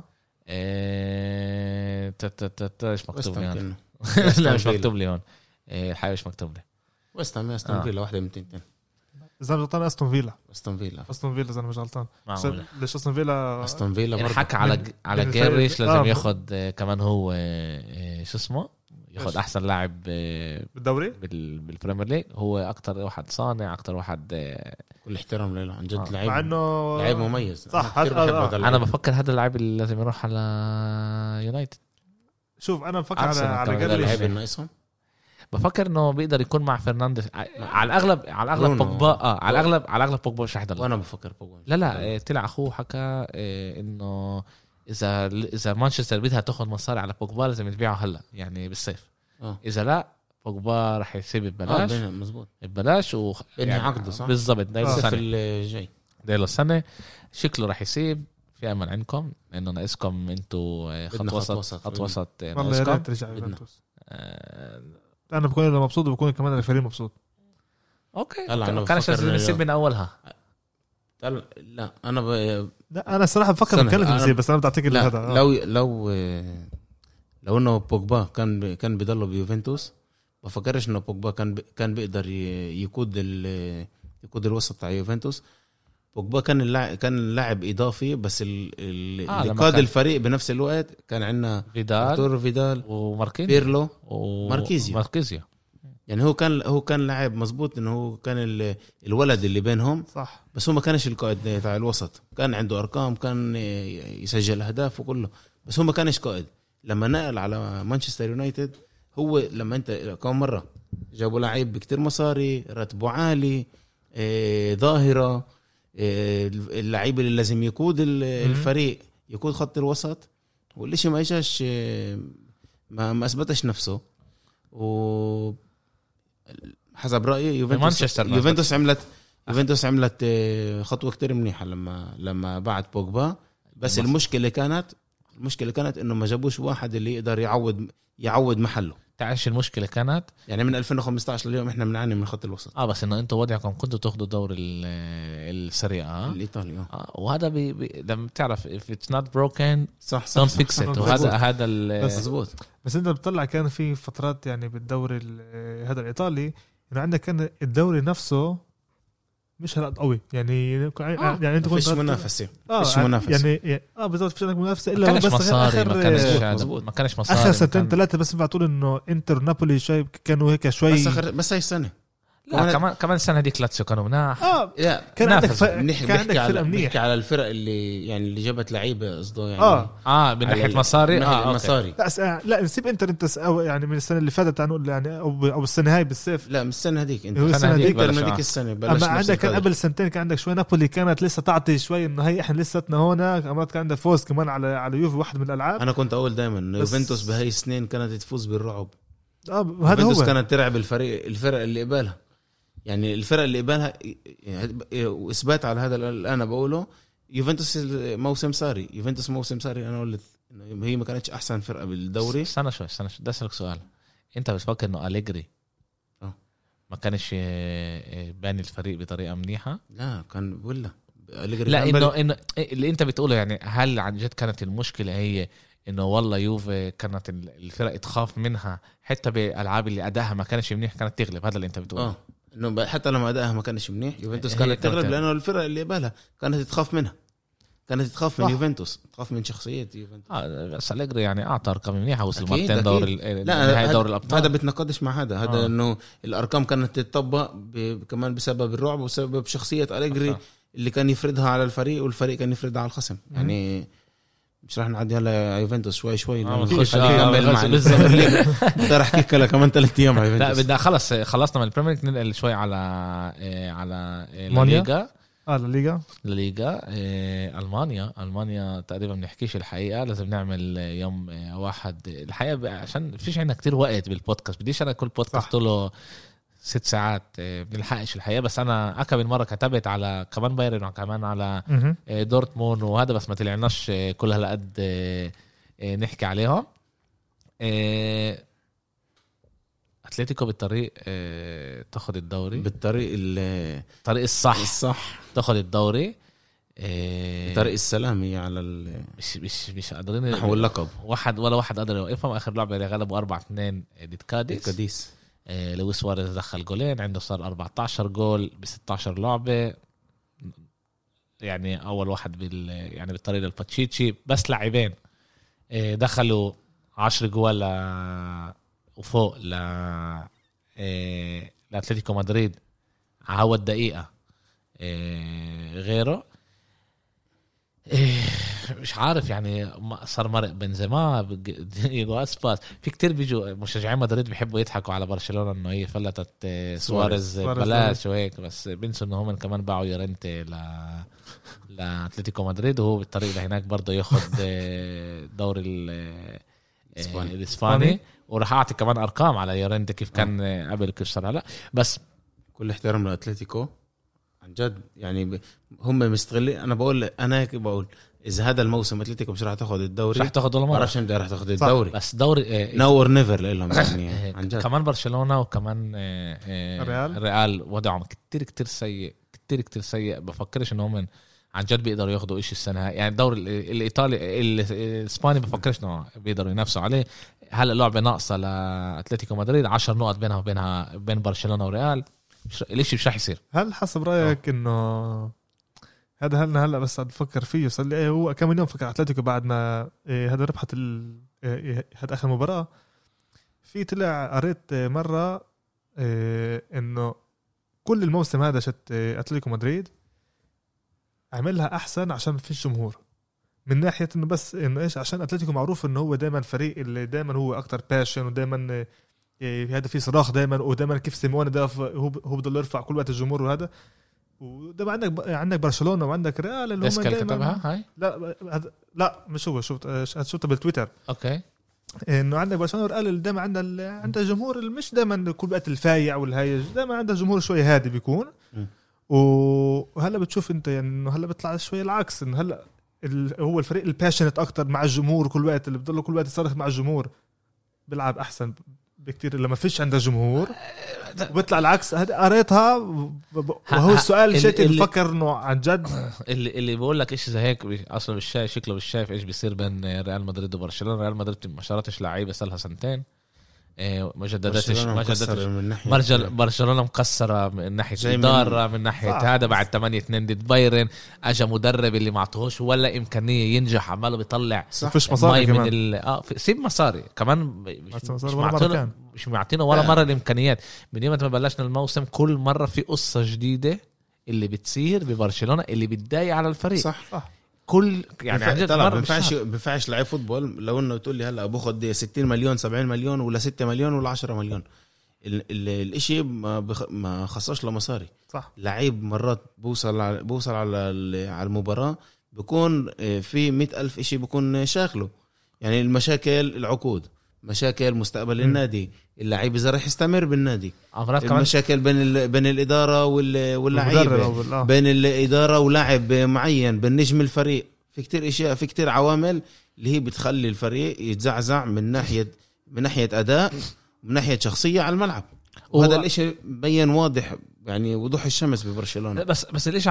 ايش مكتوب لي هون؟ لا مش مكتوب لي هون الحقيقه مش مكتوب لي. استون فيلا واحده من 2 إذا غلطان أستون فيلا إذا أنا مش غلطان. ليش أستون فيلا حكى على جيريش لازم ياخد كمان هو شو اسمه ياخد أحسن لاعب بالدوري بالبريمير ليج. هو أكتر واحد صانع أكتر واحد كل احترام له عن جد لعيب مع إنه لعيب مميز صح. أنا بفكر هذا اللاعب اللي لازم يروح على يونايتد. شوف أنا بفكر على جيريش ناقصهم. بفكر انه بيقدر يكون مع فرنانديز على الاغلب بوجبا على الاغلب بوجبا مش رح يضل. وانا بفكر بوجبا لا طلع اخوه حكى انه اذا مانشستر بدها تاخذ مصاري على بوجبا لازم تبيعه هلا يعني بالصيف. اذا لا بوجبا رح يسيب ببلاش مزبوط ببلاش يعني عقده صح بالضبط الصيف الجاي ده له سنه شكله رح يسيب. في امل عندكم انه ناقصكم انتوا خط وسط والله يا ريت ترجع يوفنتوس. انا بكون مبسوط وبكون كمان الفريق مبسوط. اوكي كان لازم نسيب من اولها. لا انا لا انا الصراحه بفكر نتكلم نسيب بس انا بعطيك هذا لو انه بوجبا كان بيضل بيوفنتوس بفكرش انه بوجبا كان بيقدر يقود الوسط تاع يوفنتوس. بوجبا كان لاعب اضافي بس اللي قاد الفريق بنفس الوقت كان عندنا فيدال وماركينيو بيرلو وماركيزيو. يعني هو كان لاعب مزبوط انه هو كان الولد اللي بينهم صح. بس هو ما كانش القائد تاع الوسط. كان عنده ارقام كان يسجل اهداف وكله بس هو ما كانش قائد. لما نقل على مانشستر يونايتد هو لما انت كم مره جابوا لعيب بكتير مصاري راتبه عالي ظاهره اللعيب اللي لازم يقود الفريق يقود خط الوسط والشيء ما اجاش ما اثبتش نفسه و حسب رايي يوفنتوس عملت خطوه كتير منيحه لما بعد بوجبا بس المشكله كانت انه ما جابوش واحد اللي يقدر يعوض محله. تعرف المشكله كانت يعني من 2015 لليوم احنا بنعاني من خط الوسط بس انه انتوا وضعكم كنتوا تاخذوا دور السريع الايطالي وهذا لما بتعرف if it's not broken صح don't fix it وهذا مظبوط. بس انت بتطلع كان في فترات يعني بالدوري هذا الايطالي انه عندك كان الدوري نفسه مش هلا قوي يعني انت كنت منافسه يعني بالضبط فيش عندك منافسه الا بس ما كانش مصاري اخر سنتين ثلاثه بس بتقول انه انتر نابولي شوي كانوا هيك شوي بس هي السنه كمان السنه هذيك لاتسيو كانوا مناح كان عندك بنحكي على الفرق اللي جابت لعيبه قصده يعني من ناحيه مصاري مصاري لا نسيب انت يعني من السنه اللي فاتت عنقول يعني او السنه هاي بالصيف لا من السنه هذيك انت هذيك السنه بلش اما عندك كان قبل سنتين كان عندك شوي نابولي كانت لسه تعطي شوي انه هي احنا لساتنا هنا مرات كان عندها فوز كمان على يوفي واحد من الالعاب. انا كنت اقول دائما يوفنتوس بهاي السنين كانت تفوز بالرعب هذا هو كانت تلعب الفرق اللي قبالها يعني الفرق اللي قبالها واثبات على هذا اللي انا بقوله يوفنتوس موسم ساري انا قلت انه هي ما كانتش احسن فرقه بالدوري. استنى شوي بدي اسالك سؤال. انت بتفكر انه أليجري ما كانش باني الفريق بطريقه منيحه؟ لا كان ولا أليجري لا انه اللي انت بتقوله يعني هل عن جد كانت المشكله هي انه والله يوفي كانت الفرق تخاف منها حتى بالالعاب اللي ادائها ما كانش منيح كانت تغلب؟ هذا اللي انت بتقوله انه حتى لما ادائها ما كانش منيح يوفنتوس كانت تغلب لانه الفرق اللي قبلها كانت تخاف منها تخاف من يوفنتوس تخاف من شخصيه يوفنتوس بس أليجري يعني اعطى ارقام منيحه وصل مرتين نهائي دوري الابطال. هذا بتناقضش مع هذا انه الارقام كانت تطبق كمان بسبب الرعب وبسبب شخصيه أليجري اللي كان يفرضها على الفريق والفريق كان يفرضها على الخصم. يعني مش راح نعدي هلا يوفنتوس شوي نخش بدي احكيك لك كمان 3 ايام على يوفنتوس. لا بدنا خلصنا من البريمير ليج ننقل شوي على الليغا الليغا ألمانيا تقريبا بنحكيش الحقيقة. لازم نعمل يوم واحد الحقيقة عشان فيش عندنا كتير وقت بالبودكاست. بديش أنا كل بودكاست طوله 6 ساعات بنلحقش الحقيقة. بس أنا أكبر مرة كتبت على كمان بايرن وكمان على دورتموند وهذا بس ما طلعناش كل هالقد نحكي عليهم. أتلتيكو بالطريق تاخد الدوري بالطريق الصح تاخد الدوري طريق السلامي على مش قادرين نحو اللقب. واحد قادر يوقفهم. آخر لعبة غلبوا 4-2 ضد كاديس. لويس سواريز دخل جولين عنده صار 14 جول ب16 لعبة. يعني أول واحد يعني بالطريق الباتشيتشي بس لاعبين دخلوا 10 جوال وفوق لأتلتيكو مدريد على الدقيقة غيره. مش عارف يعني صار مرق بنزيما دييغو اسباس. في كتير بيجوا مشجعين مدريد بيحبوا يضحكوا على برشلونة انه هي فلتت سواريز بلاش وهيك. بس بنسوا انه هم كمان باعوا يورنتي لأتلتيكو مدريد وهو بالطريق لهناك برضه ياخد دوري الاسباني. وراح اعطي كمان ارقام على يورنتي كيف كان قبل كيف صار هلا. بس كل احترام لأتلتيكو عن جد يعني هم مستغلين. انا بقول اذا هذا الموسم اتلتيكو مش راح تاخذ الدوري راح تاخذ ولا ما راح تاخذ الدوري. بس دوري نور نيفر لهم يعني عن جد. كمان برشلونة وكمان ريال وضعهم كتير سيء. بفكرش انهم عن جد بيقدروا ياخذوا إشي السنه. يعني الدوري الايطالي الاسباني بفكرش انه بيقدروا ينافسوا عليه. هلا لعبه ناقصه لاتلتيكو مدريد 10 نقط بين برشلونه وريال. الاشي مش راح يصير. هل حسب رايك انه هذا هلا بس بفكر فيه صار لي هو كم يوم فكر اتلتيكو بعد ما هذا ربحت هذا اخر مباراه في طلع قريت مره انه كل الموسم هذا شت اتلتيكو مدريد عملها احسن عشان ما فيش جمهور. من ناحيه انه بس انه ايش عشان اتلتيكو معروف انه هو دائما الفريق اللي دائما هو اكتر باشن ودائما هذا في صراخ دائما، ودائما كيف سيموني ده هو بده يرفع كل وقت الجمهور وهذا. ودائما عندك برشلونه وعندك ريال اللي هم دائما هاي لا مش هو شفته بالتويتر اوكي انه عندك برشلونه وريال اللي دائما عندها جمهور اللي مش دائما كل وقت الفايع والهايج، دائما عندها جمهور شوي هادي بيكون. وهلا بتشوف انت يعني انه هلا بيطلع شوي العكس، انه هلا هو الفريق الباشنت اكتر مع الجمهور كل وقت، اللي بضله كل وقت يصرخ مع الجمهور بيلعب احسن بكتير لما فيش عنده جمهور. وبيطلع العكس. هذا قريتها وهو السؤال شيء بفكر انه عن جد اللي بقول لك ايش زي هيك اصلا مش شايف شكله، مش شايف ايش بيصير بين ريال مدريد وبرشلونه. ريال مدريد ما شرطش لعيبه صار لها 2 سنين، ما جددتش برشلونه مكسره من ناحيه اداره، من ناحيه هذا بعد 8-2 ضد بايرن. اجى مدرب اللي ما عطوهوش ولا امكانيه ينجح، عماله بيطلع فيش مصاري من سيب مصاري كمان مش معطينا ولا مره الامكانيات. من يوم ما بلشنا الموسم كل مره في قصه جديده اللي بتصير ببرشلونه اللي بتضايق على الفريق. صح كل يعني عن جد ما بينفعش لعيب فوتبول لو انه تقول لي هلا باخذ 60 مليون 70 مليون ولا 6 مليون ولا 10 مليون. الاشي ما خصصش له مصاري. صح. لعيب مرات بوصل على المباراة بيكون في 100,000 اشي بيكون شاغله، يعني المشاكل، العقود، مشاكل مستقبل النادي، اللعيب إذا رح يستمر بالنادي، المشاكل بين الإدارة واللاعب، بين الإدارة ولاعب معين، بين نجم الفريق. في كتير إشياء، في كتير عوامل اللي هي بتخلي الفريق يتزعزع من ناحية أداء، من ناحية شخصية على الملعب. وهذا الإشي بين واضح، يعني وضوح الشمس ببرشلونة. بس الإشي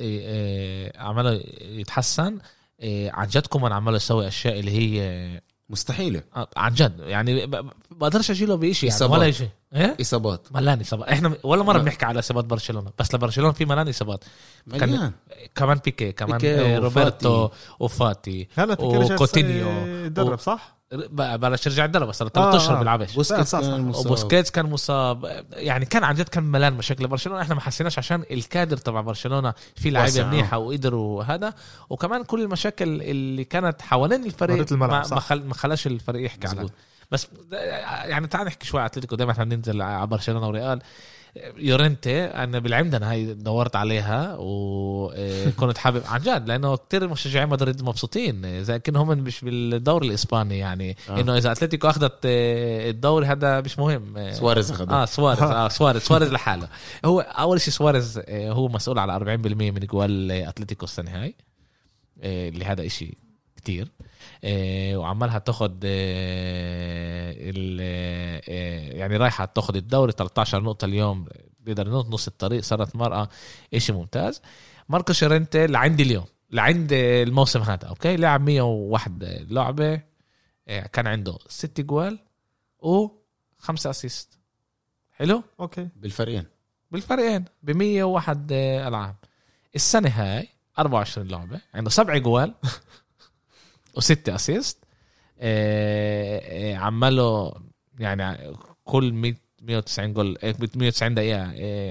عمله يتحسن عن جدكم. أنا عمله يسوي أشياء اللي هي مستحيلة عن جد، يعني بقدرش أجيله بإشي يعني ولا شيء. إصابات ملان إصابات. إحنا ولا مرة بنحكي على إصابات برشلونة، بس لبرشلونة في ملان إصابات. كمان بيكي كمان روبرتو وفاتي وكوتينيو يدرب صح؟ بلاش يرجع يدرب بس 3 أشهر بيلعبش. بوسكيتس كان مصاب، يعني كان عن جد كان ملان مشاكل برشلونة. احنا ما حسيناش عشان الكادر تبع برشلونة في لاعيبه منيحه وقدروا هذا، وكمان كل المشاكل اللي كانت حوالين الفريق ما خلاش الفريق يحكي عنها. بس يعني تعال نحكي شوي على اتلتيكو. دايما احنا بننزل على برشلونة وريال. يورنتي انا بالعمدة هاي دورت عليها وكنت حابب عن جد، لانه كتير مشجعين مدريد مبسوطين زي كأنهم مش بالدوري الاسباني، يعني انه اذا اتلتيكو اخذت الدوري هذا مش مهم. سواريز اخذ سواريز لحاله. هو اول شيء سواريز هو مسؤول على 40% من جوال اتلتيكو السنه هاي، اللي هذا اشي كتير. وعمالها تاخد يعني رايحة تاخد الدوري 13 نقطة اليوم، بيقدر ينط نص الطريق، صارت مرأة إشي ممتاز. ماركوس يورنتي لعندي اليوم لعند الموسم هذا أوكي لعب 101 لعبة، كان عنده 6 جوال و5 أسيست. حلو أوكي بالفريقين ب101 ألعاب. السنة هاي 24 لعبة عنده 7 جوال و6 أسيست. عمله يعني كل 190 جول 190 دقيقة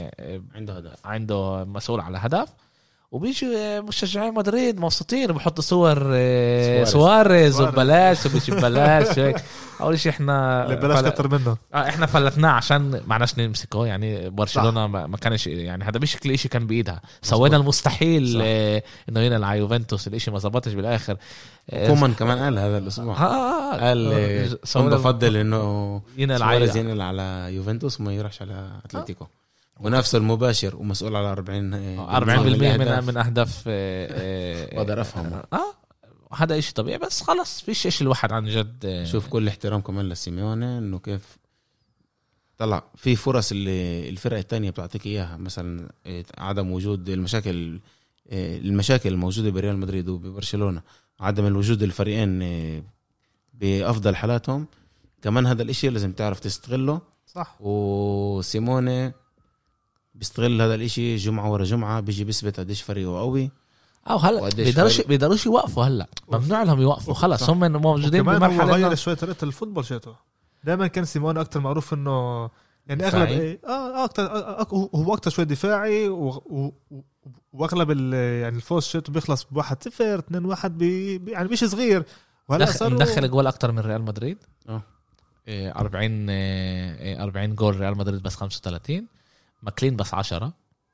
عنده مسؤول على هدف. وبيجي مشجعين مدريد مبسوطين وبحطوا صور سواريز وبلاش وبيجي بلاش هيك. اول شيء احنا بلاش كتر منه احنا فلتناه عشان معناش نمسكه، يعني برشلونة ما كانش يعني هذا مش كل شيء كان بايدها. سوينا المستحيل انه ينقل على يوفنتوس، الاشي ما زبطش بالاخر. كومان كمان قال هذا الاسبوع قال انا بفضل انه سواريز ينقل على يوفنتوس وما يروحش على اتلتيكو. ونفسه المباشر ومسؤول على 40% من أهداف. بقدر أفهم هذا إشي طبيعي، بس خلص فيش إشي الواحد عن جد. شوف كل احترام كمان لسيميوني إنه كيف طلع في فرص اللي الفرق التانية بتعطيك إياها، مثلا عدم وجود المشاكل الموجودة بريال مدريد وببرشلونة، عدم الوجود الفريقين بأفضل حالاتهم. كمان هذا الإشي لازم تعرف تستغله صح. وسيموني بيستغل هذا الاشي جمعة ورا جمعة، بيجي بيثبت قديش فريقه قوي. هلا بيقدروش يوقفوا، هلا ممنوع لهم يوقفوا، خلاص هم موجودين بمرحلة. غير شوية طريقة الفوتبول شيته. دائما كان سيموني أكتر معروف إنه يعني أغلب هو أكتر شوية دفاعي وأغلب يعني الفوز شيته بيخلص 1-0 2-1 يعني مش صغير. وهلا صار مدخل جوال أكتر من ريال مدريد. 40 جول ريال مدريد بس 35. ماكلين بس 10.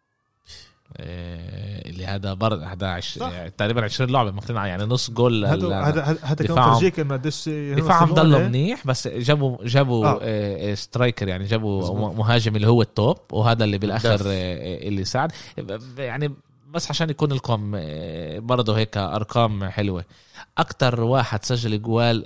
اللي هذا برضه هذا تقريبا 20 لعبه ماكلين يعني نص جول. هذا كان فرجيك انه قديش دفاعهم ضلوا منيح بس جابوا سترايكر يعني جابوا مهاجم اللي هو التوب وهذا اللي بالاخر اللي ساعد يعني بس عشان يكون لكم برضه هيك ارقام حلوه. اكتر واحد سجل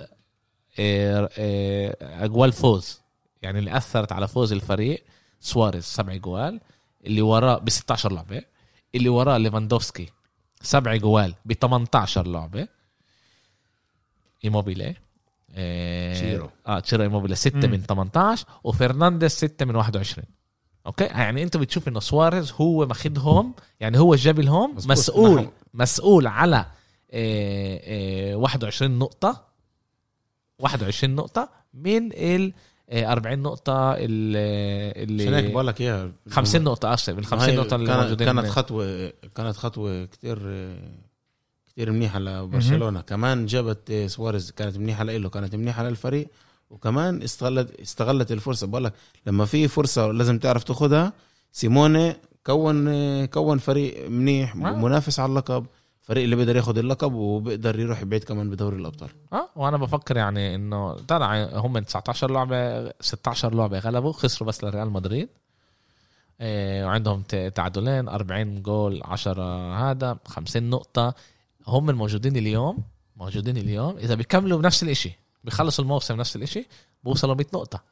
اجوال فوز يعني اللي اثرت على فوز الفريق سواريز 7 جوال. اللي وراه ب 16 لعبه. اللي وراه ليفاندوفسكي 7 جوال ب 18 لعبه. ايموبيلي تشيرو ايموبيلي 6 من 18 وفرنانديز 6 من 21. اوكي يعني انت بتشوف انه سواريز هو ماخدهم يعني هو جاب لهم مسؤول على 21 نقطة من ال 40 نقطة اللي عشان هيك بقول لك اياها 50 نقطة أصلا من 50 نقطة اللي موجودين. كانت خطوة كتير منيحة لبرشلونة. كمان جابت سواريز كانت منيحة له كانت منيحة للفريق وكمان استغلت الفرصة. بقول لك لما في فرصة لازم تعرف تاخدها. سيموني كون فريق منيح منافس على اللقب. فريق اللي بيقدر ياخد اللقب وبيقدر يروح بعيد كمان بدوري الأبطال. وانا بفكر يعني انه طلع هم 19 لعبة 16 لعبة غلبوا خسروا بس لريال مدريد. وعندهم تعادلين 40 جول 10 هذا 50 نقطة. هم الموجودين اليوم اذا بيكملوا بنفس الاشي بيخلصوا الموسم نفس الاشي بوصلوا 100 نقطة.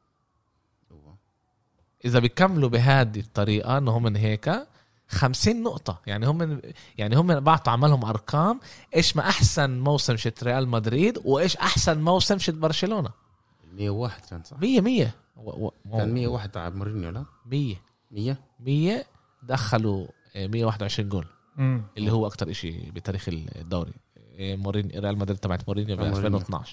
اذا بيكملوا بهذه الطريقة انه هم هيك 50 نقطة يعني هم بعطوا عملهم أرقام إيش ما أحسن موسم شت ريال مدريد وإيش أحسن موسم شت برشلونة. 101 كان صح 100 كان 101 تاع مورينيو لا 100 دخلوا 121 جول اللي هو أكتر إشي بتاريخ الدوري. مورينيو ريال مدريد تبعت مورينيو ب 2012.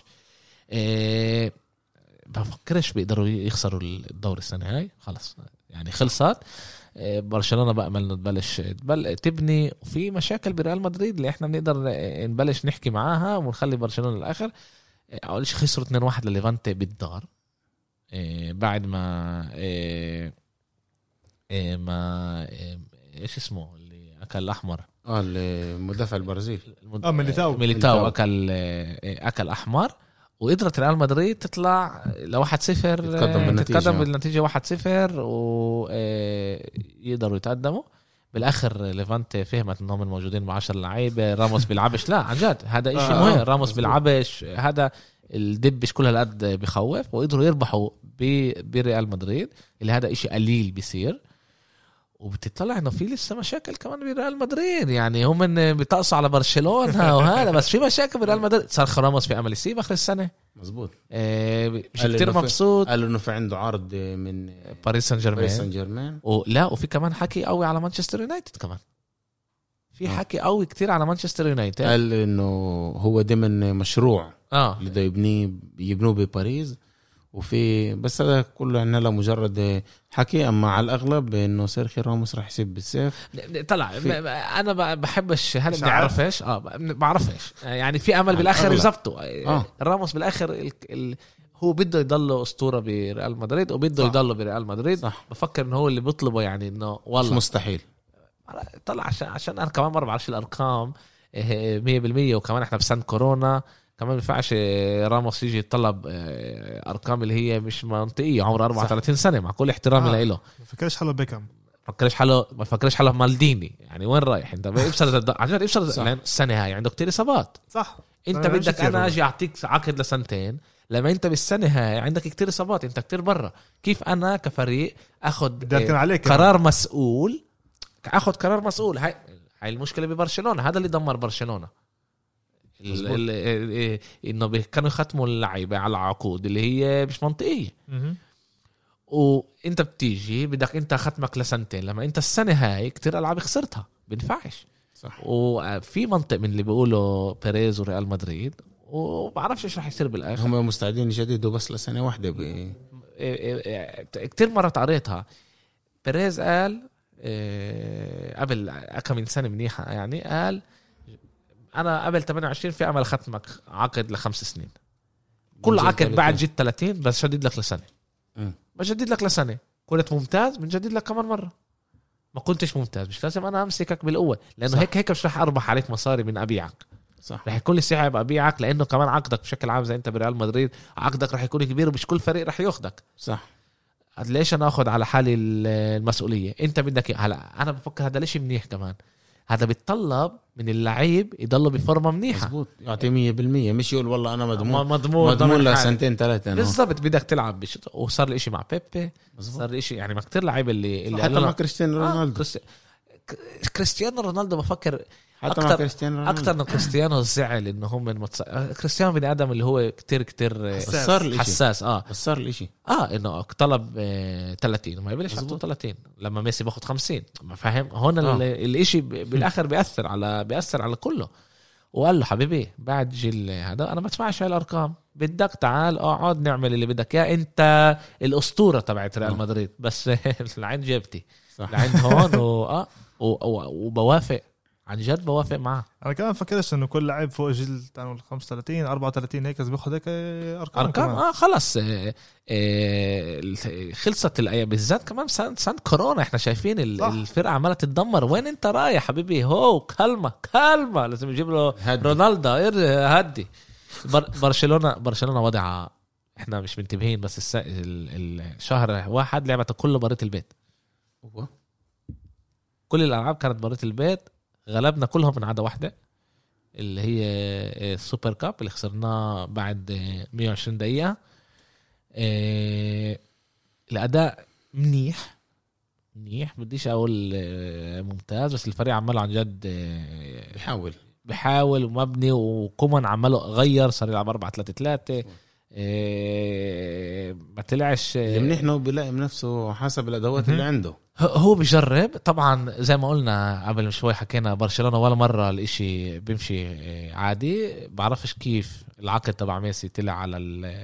بفكرش بيقدروا يخسروا الدوري السنة هاي خلص يعني خلصت. برشلونة بأمل تبلش تبني في مشاكل بريال مدريد اللي احنا بنقدر نبلش نحكي معاها ونخلي برشلونة للآخر. أول شيء خسروا 2-1 لليفانتي بالدار بعد ما ايش اسمه اللي أكل الأحمر المدافع البرازيل ميليتاو أكل أحمر. وقدرت ريال مدريد تطلع ل1-0 تتقدم بالنتيجة 1-0 ويقدروا يتقدموا بالآخر. ليفانتي فهمت انهم موجودين ب10 لعيبة. راموس بيلعبش لا عن جد هذا إشي مهم. راموس بيلعبش هذا الدبش كل هالقد بخوف وقدروا يربحوا بريال مدريد اللي هذا إشي قليل بيصير. وبتطلع انه في لسه مشاكل كمان بريال مدريد يعني هم بيتقصوا على برشلونة وهذا بس في مشاكل بريال مدريد. صار راموس في امل يسيب اخر السنه مزبوط. مش كتير مبسوط. قالوا انه في عنده عرض من باريس سان جيرمان ولا وفي كمان حكي قوي على مانشستر يونايتد. كمان في حكي قوي كتير على مانشستر يونايتد. قال انه هو ضمن مشروع اللي بده يبنوه بباريس وفي بس هذا كله عنا له مجرد حكي. أما على الأغلب إنه سيرخي راموس راح يسيب بالسيف طلع. أنا بحبش هل بعرفش بعرفش يعني في أمل بالآخر يزبطوا. راموس بالآخر هو بده يضل أسطورة بريال مدريد وبده يضل بريال مدريد صح. بفكر إنه هو اللي بيطلبه يعني إنه والله مش مستحيل. طلع عشان أنا كمان مرة بعرفش الأرقام 100% وكمان إحنا بسنة كورونا كمان ما ينفعش راموس يجي يطلب ارقام اللي هي مش منطقيه. عمره 34 سنه مع كل احترامي له. ما فكرش حاله بيكام ما فكرش حاله مالديني يعني وين رايح انت بيفسر عشان يفسر السنه هاي عنده كتير اصابات صح. انت بدك انا اجي اعطيك عقد لسنتين لما انت بالسنه هاي عندك كتير اصابات انت كتير برا. كيف انا كفريق اخذ قرار مسؤول هاي المشكله ببرشلونه. هذا اللي دمر برشلونه انه كانوا يختموا اللعيبه على عقود اللي هي مش منطقيه. وانت بتيجي بدك انت ختمك لسنتين لما انت السنه هاي كتير العاب خسرتها بنفعش صح. وفي منطق من اللي بيقولوا بيريز وريال مدريد وبعرفش ايش راح يصير بالاخر. هم مستعدين يجددوا بس لسنه واحده كتير مرات قريتها. بيريز قال قبل كم من سنه منيحه يعني قال أنا قبل 28 في أمل ختمك عقد ل5 سنين كل عقد بعد جيت 30 بس شديد لك لسنة بجدد لك لسنة. كنت ممتاز بنجدد لك كمان مرة. ما كنتش ممتاز مش لازم أنا أمسكك بالقوة لأنه صح. هيك مش رح أربح عليك مصاري من أبيعك. صح. رح يكون لي سعر أبيعك لأنه كمان عقدك بشكل عام زي أنت بريال مدريد عقدك رح يكون كبير ومش كل فريق رح ياخدك. صح. ليش أنا أخذ على حالي المسؤولية؟ أنت بدك هلا أنا بفكر هذا ليش منيح كمان. هذا بيتطلب من اللعيب يضل بفورمه منيحه. مزبوط. يعطي 100% مش يقول والله انا مضمون لسنتين ثلاثه. بالضبط بدك تلعب وصار لي إشي مع بيبي. صار لي إشي يعني مع كتير لعيبه اللي حتى مع كريستيانو رونالدو. كريستيانو رونالدو بفكر حتى مع كريستيانو رونالدو اكثر من كريستيانو زعل انه هم كريستيانو بني ادم اللي هو كتير حساس. بس صار الاشي انه طلب 30 وما يبلش يحطوا 30 لما ميسي باخد 50. ما فاهم هون الاشي بالاخر بيأثر على كله. وقال له حبيبي بعد جيل هذا انا ما بدفعش هاي الارقام. بدك تعال اقعد نعمل اللي بدك يا انت الاسطوره تبعت ريال مدريد بس لعند جبتي لعند هون وبوافق عن جد بوافق معه. انا كمان فكرش انه كل لاعب فوق جيل 35 34 هيك بياخذ هيك ارقام خلص خلصت الايام بالذات كمان سنة كورونا احنا شايفين الفرقه عماله تتدمر. وين انت رايح حبيبي؟ هو كلمه لازم يجيب له رونالدو هدي. برشلونه وضعها احنا مش منتبهين بس الشهر واحد لعبت كله بريت البيت. كل الالعاب كانت بريت البيت. غلبنا كلهم من عدا واحدة اللي هي السوبر كاب اللي خسرناه بعد 120 دقيقة. الأداء منيح بديش أقول ممتاز بس الفريق عمله عن جد بيحاول ومبني. وكومان عمله غير صار يلعب 4-3-3 ما طلعش منيح انه بيلاقي نفسه حسب الادوات اللي عنده. هو بيجرب طبعا زي ما قلنا قبل شوي حكينا برشلونة ولا مرة الاشي بيمشي عادي. بعرفش كيف العقد تبع ميسي طلع على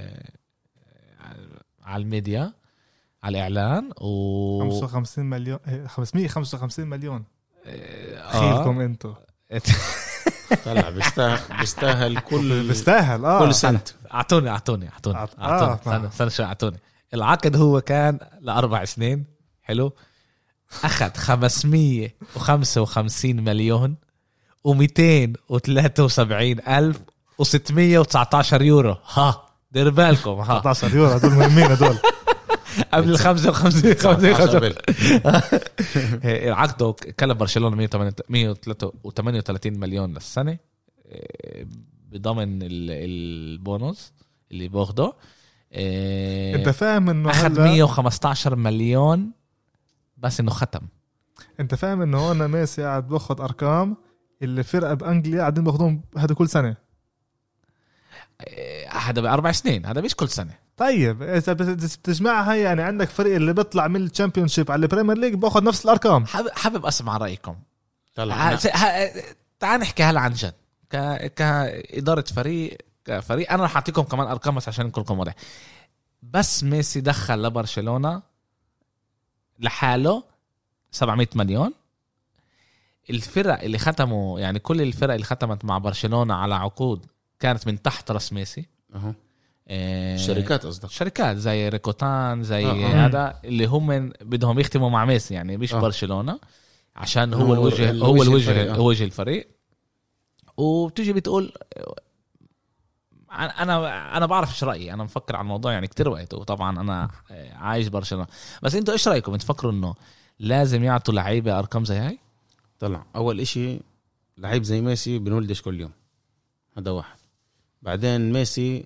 الميديا على الإعلان 55 مليون 555 مليون خيلكم انتو طلع بيستاهل كل سنت. اعطوني اعطوني العقد هو كان ل4 سنين. حلو. اخذ 555 مليون و273,619 يورو. دير بالكم 19 يورو هدول مهمين هدول قبل 55 عقده كلب برشلونة 138 مليون للسنة بضمن البونوس اللي باخده. انت فاهم انه اخذ 115 مليون بس انه ختم. انت فاهم انه هون ميسي قاعد باخد ارقام اللي فرقة بانجليا قاعدين باخدهم هذا كل سنة. هذا ب4 سنين هذا مش كل سنة. طيب اذا بتجمعها يعني عندك فريق اللي بيطلع من الشامبيونشيب على البريمير ليج باخد نفس الارقام. حابب اسمع رايكم. تعال نحكي هلا عن جد كإدارة فريق انا رح اعطيكم كمان ارقام بس عشان كلكم واضح. بس ميسي دخل لبرشلونة لحاله 700 مليون. الفرق اللي ختموا يعني كل الفرق اللي ختمت مع برشلونة على عقود كانت من تحت راس ميسي. شركات قصدك شركات زي ريكوتان زي هذا اللي هم بدهم يختموا مع ميسي يعني مش برشلونة عشان هو الوجه الفريق. وبتيجي بتقول انا بعرف ايش رايي. انا مفكر على الموضوع يعني كتير وقت وطبعا انا عايش برشلونة بس انتوا ايش رايكم؟ تفكروا انه لازم يعطوا لعيبه ارقام زي هاي؟ طلع اول اشي لعيب زي ميسي بنولدش كل يوم. هذا واحد. بعدين ميسي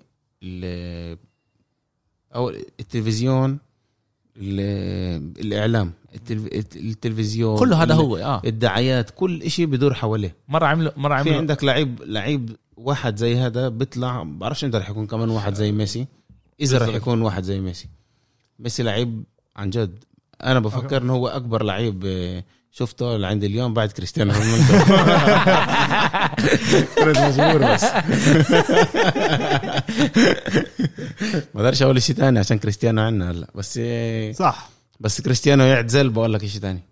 او التلفزيون الاعلام التلفزيون كله هذا هو الدعايات كل اشي بدور حواليه. مره عملوا في عندك لعيب واحد زي هذا بيطلع بعرفش انت رح يكون كمان واحد زي ميسي. اذا رح يكون واحد زي ميسي لعيب عن جد. انا بفكر انه هو اكبر لعيب شفته اللي عندي اليوم بعد كريستيانو رونالدو. كنت مجبور بس ما اقدرش اقول شيء تاني عشان كريستيانو عنا هلا بس صح. بس كريستيانو يعتزل بقول لك شيء تاني.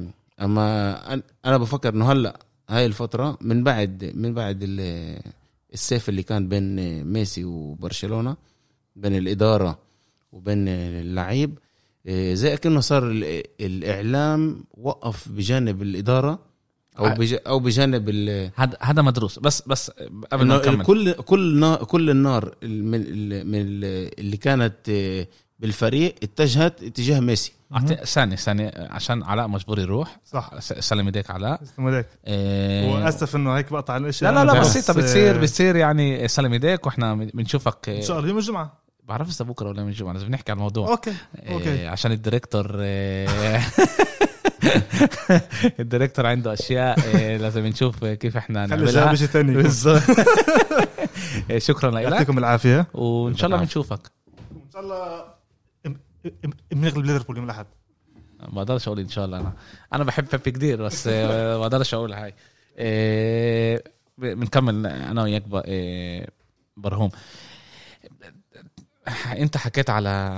اما انا بفكر انه هلا هاي الفتره من بعد السيف اللي كان بين ميسي وبرشلونة، بين الإدارة وبين اللعيب، زي كأنه صار الإعلام وقف بجانب الإدارة أو بجانب هذا مدروس. بس قبل ما نكمل، كل النار من اللي كانت بالفريق اتجهت اتجاه ميسي. ثانية عشان علاء مجبور يروح. صح، سلم ايديك علاء. سلم ايديك. واسف انه هيك بقطع الاشياء. لا بسيطة، بتصير يعني سلم ايديك واحنا بنشوفك ان شاء الله يوم الجمعة. بعرف اذا بكره ولا يوم الجمعة، لازم نحكي عن الموضوع. اوكي. عشان الديريكتور الديريكتور عنده اشياء لازم نشوف كيف احنا نعملها. شكرا لك، يعطيكم العافية، وان شاء الله بنشوفك ان شاء الله بنغلب ليفربول يوم الأحد. ما اقدرش اقول ان شاء الله. انا بحب بيب كتير بس ما اقدرش اقول هاي. بنكمل انا وياك برهوم. انت حكيت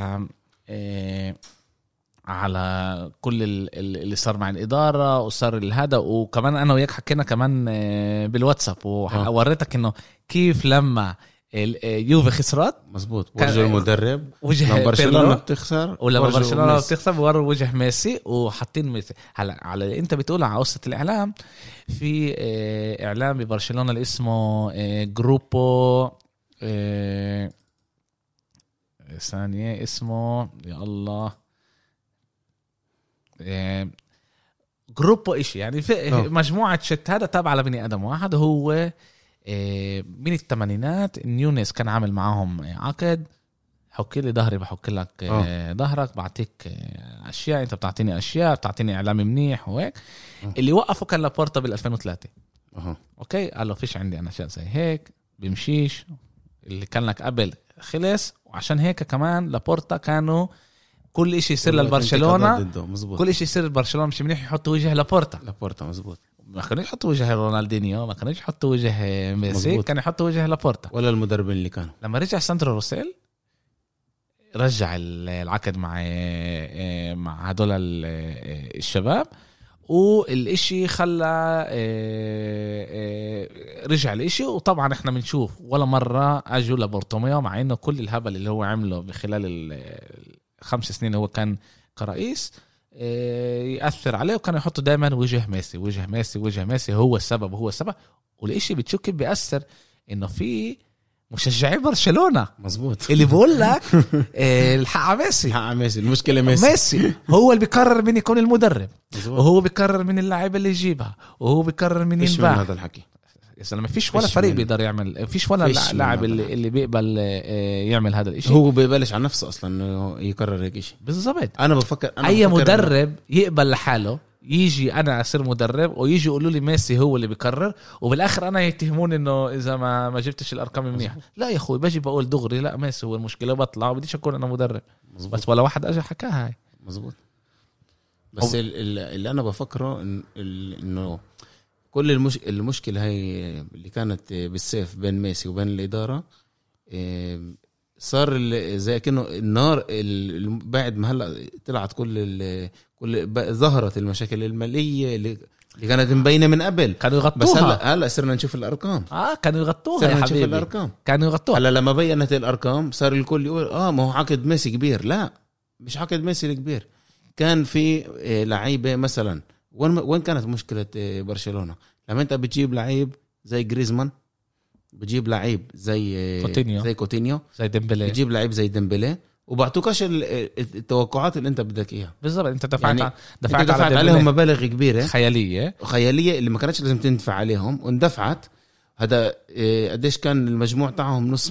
على كل اللي صار مع الإدارة وصار الهذا، وكمان أنا وياك حكينا كمان بالواتساب ووريتك إنه كيف لما يوفي خسرت. مزبوط، وجه المدرب وجه برشلونة بتخسر، ولما برشلونة بتخسر وروا وجه ميسي وحاطين ميسي. على اللي انت بتقول على قصة الإعلام، في إعلام ببرشلونة اللي اسمه جروبو ثانية اسمه يا الله جروبو إشي يعني في مجموعة شت هذا تابع على بني آدم واحد. هو من الثمانينات نيونيس كان عامل معاهم عقد، حكي لي ظهري بحكي لك ظهرك، بعطيك أشياء أنت بتعطيني أشياء، بتعطيني إعلام منيح وهيك. اللي وقفوا كان لابورتا بال2003. أوكي قال له فيش عندي أنا أشياء زي هيك بمشيش، اللي كان لك قبل خلص. وعشان هيك كمان لابورتا كانوا كل إشي يصير للبرشلونة، كل إشي يصير للبرشلونة مش منيح يحطوا وجه لابورتا. مزبوط، ما كانوا يحطوا وجه رونالدينيو، ما كانوا يحطوا وجه ميسي، كانوا يحطوا وجه لابورتا ولا المدربين اللي كانوا. لما رجع ساندرو روسيل رجع العقد مع هدول الشباب، والإشي خلى رجع الإشي. وطبعا احنا بنشوف ولا مرة اجوا لبورتوميو، مع انه كل الهبل اللي هو عمله بخلال 5 سنين هو كان كرئيس يأثر عليه، وكان يحطوا دائما وجه ميسي هو السبب. والإشي بتشوف بيأثر انه في مشجعي برشلونة مزبوط اللي بقول لك الحق ميسي. المشكلة ميسي هو اللي بيقرر مين يكون المدرب، وهو بيقرر مين اللاعب اللي يجيبها، وهو بيقرر مين ينباع. هذا الحكي يا سلام، ما فيش ولا فريق بيقدر يعمل، فيش ولا لاعب اللي بيقبل يعمل هذا الاشي. هو بيبلش عن نفسه اصلا انه يقرر هيك شيء. بالضبط. انا بفكر اي مدرب يقبل لحاله يجي انا اصير مدرب ويجي يقولوا لي ميسي هو اللي بيقرر، وبالاخر انا يتهمون انه اذا ما جبتش الارقام منيحه. لا يا اخوي، باجي بقول دغري لا ميسي هو المشكله، بطلع وبديش اكون انا مدرب. مزبوط. بس ولا واحد اجى حكاها هاي. مزبوط. بس اللي انا بفكره انه كل المشكله هاي اللي كانت بالسيف بين ميسي وبين الاداره صار زي كأنه النار بعد ما هلا طلعت كل ظهرت المشاكل الماليه اللي كانت مبينه من قبل، كانوا يغطوها. بس هلا صرنا نشوف الارقام. كانوا يغطوها يا حبيبي، الارقام كانوا يغطوها. هلا لما بينت الارقام صار الكل يقول ما هو عقد ميسي كبير. لا، مش عقد ميسي الكبير. كان في لعيبه مثلا، وين كانت مشكله برشلونه؟ لما انت بتجيب لعيب زي جريزمان، بتجيب لعيب زي كوتينيو، زي ديمبلي، بتجيب لعيب زي ديمبلي، وبعطوكش التوقعات اللي انت بدك اياها. بالضبط. انت دفعت عليهم مبالغ كبيرة خياليه اللي ما كانتش لازم تندفع عليهم، واندفعت. هذا قديش كان المجموع تاعهم؟ نص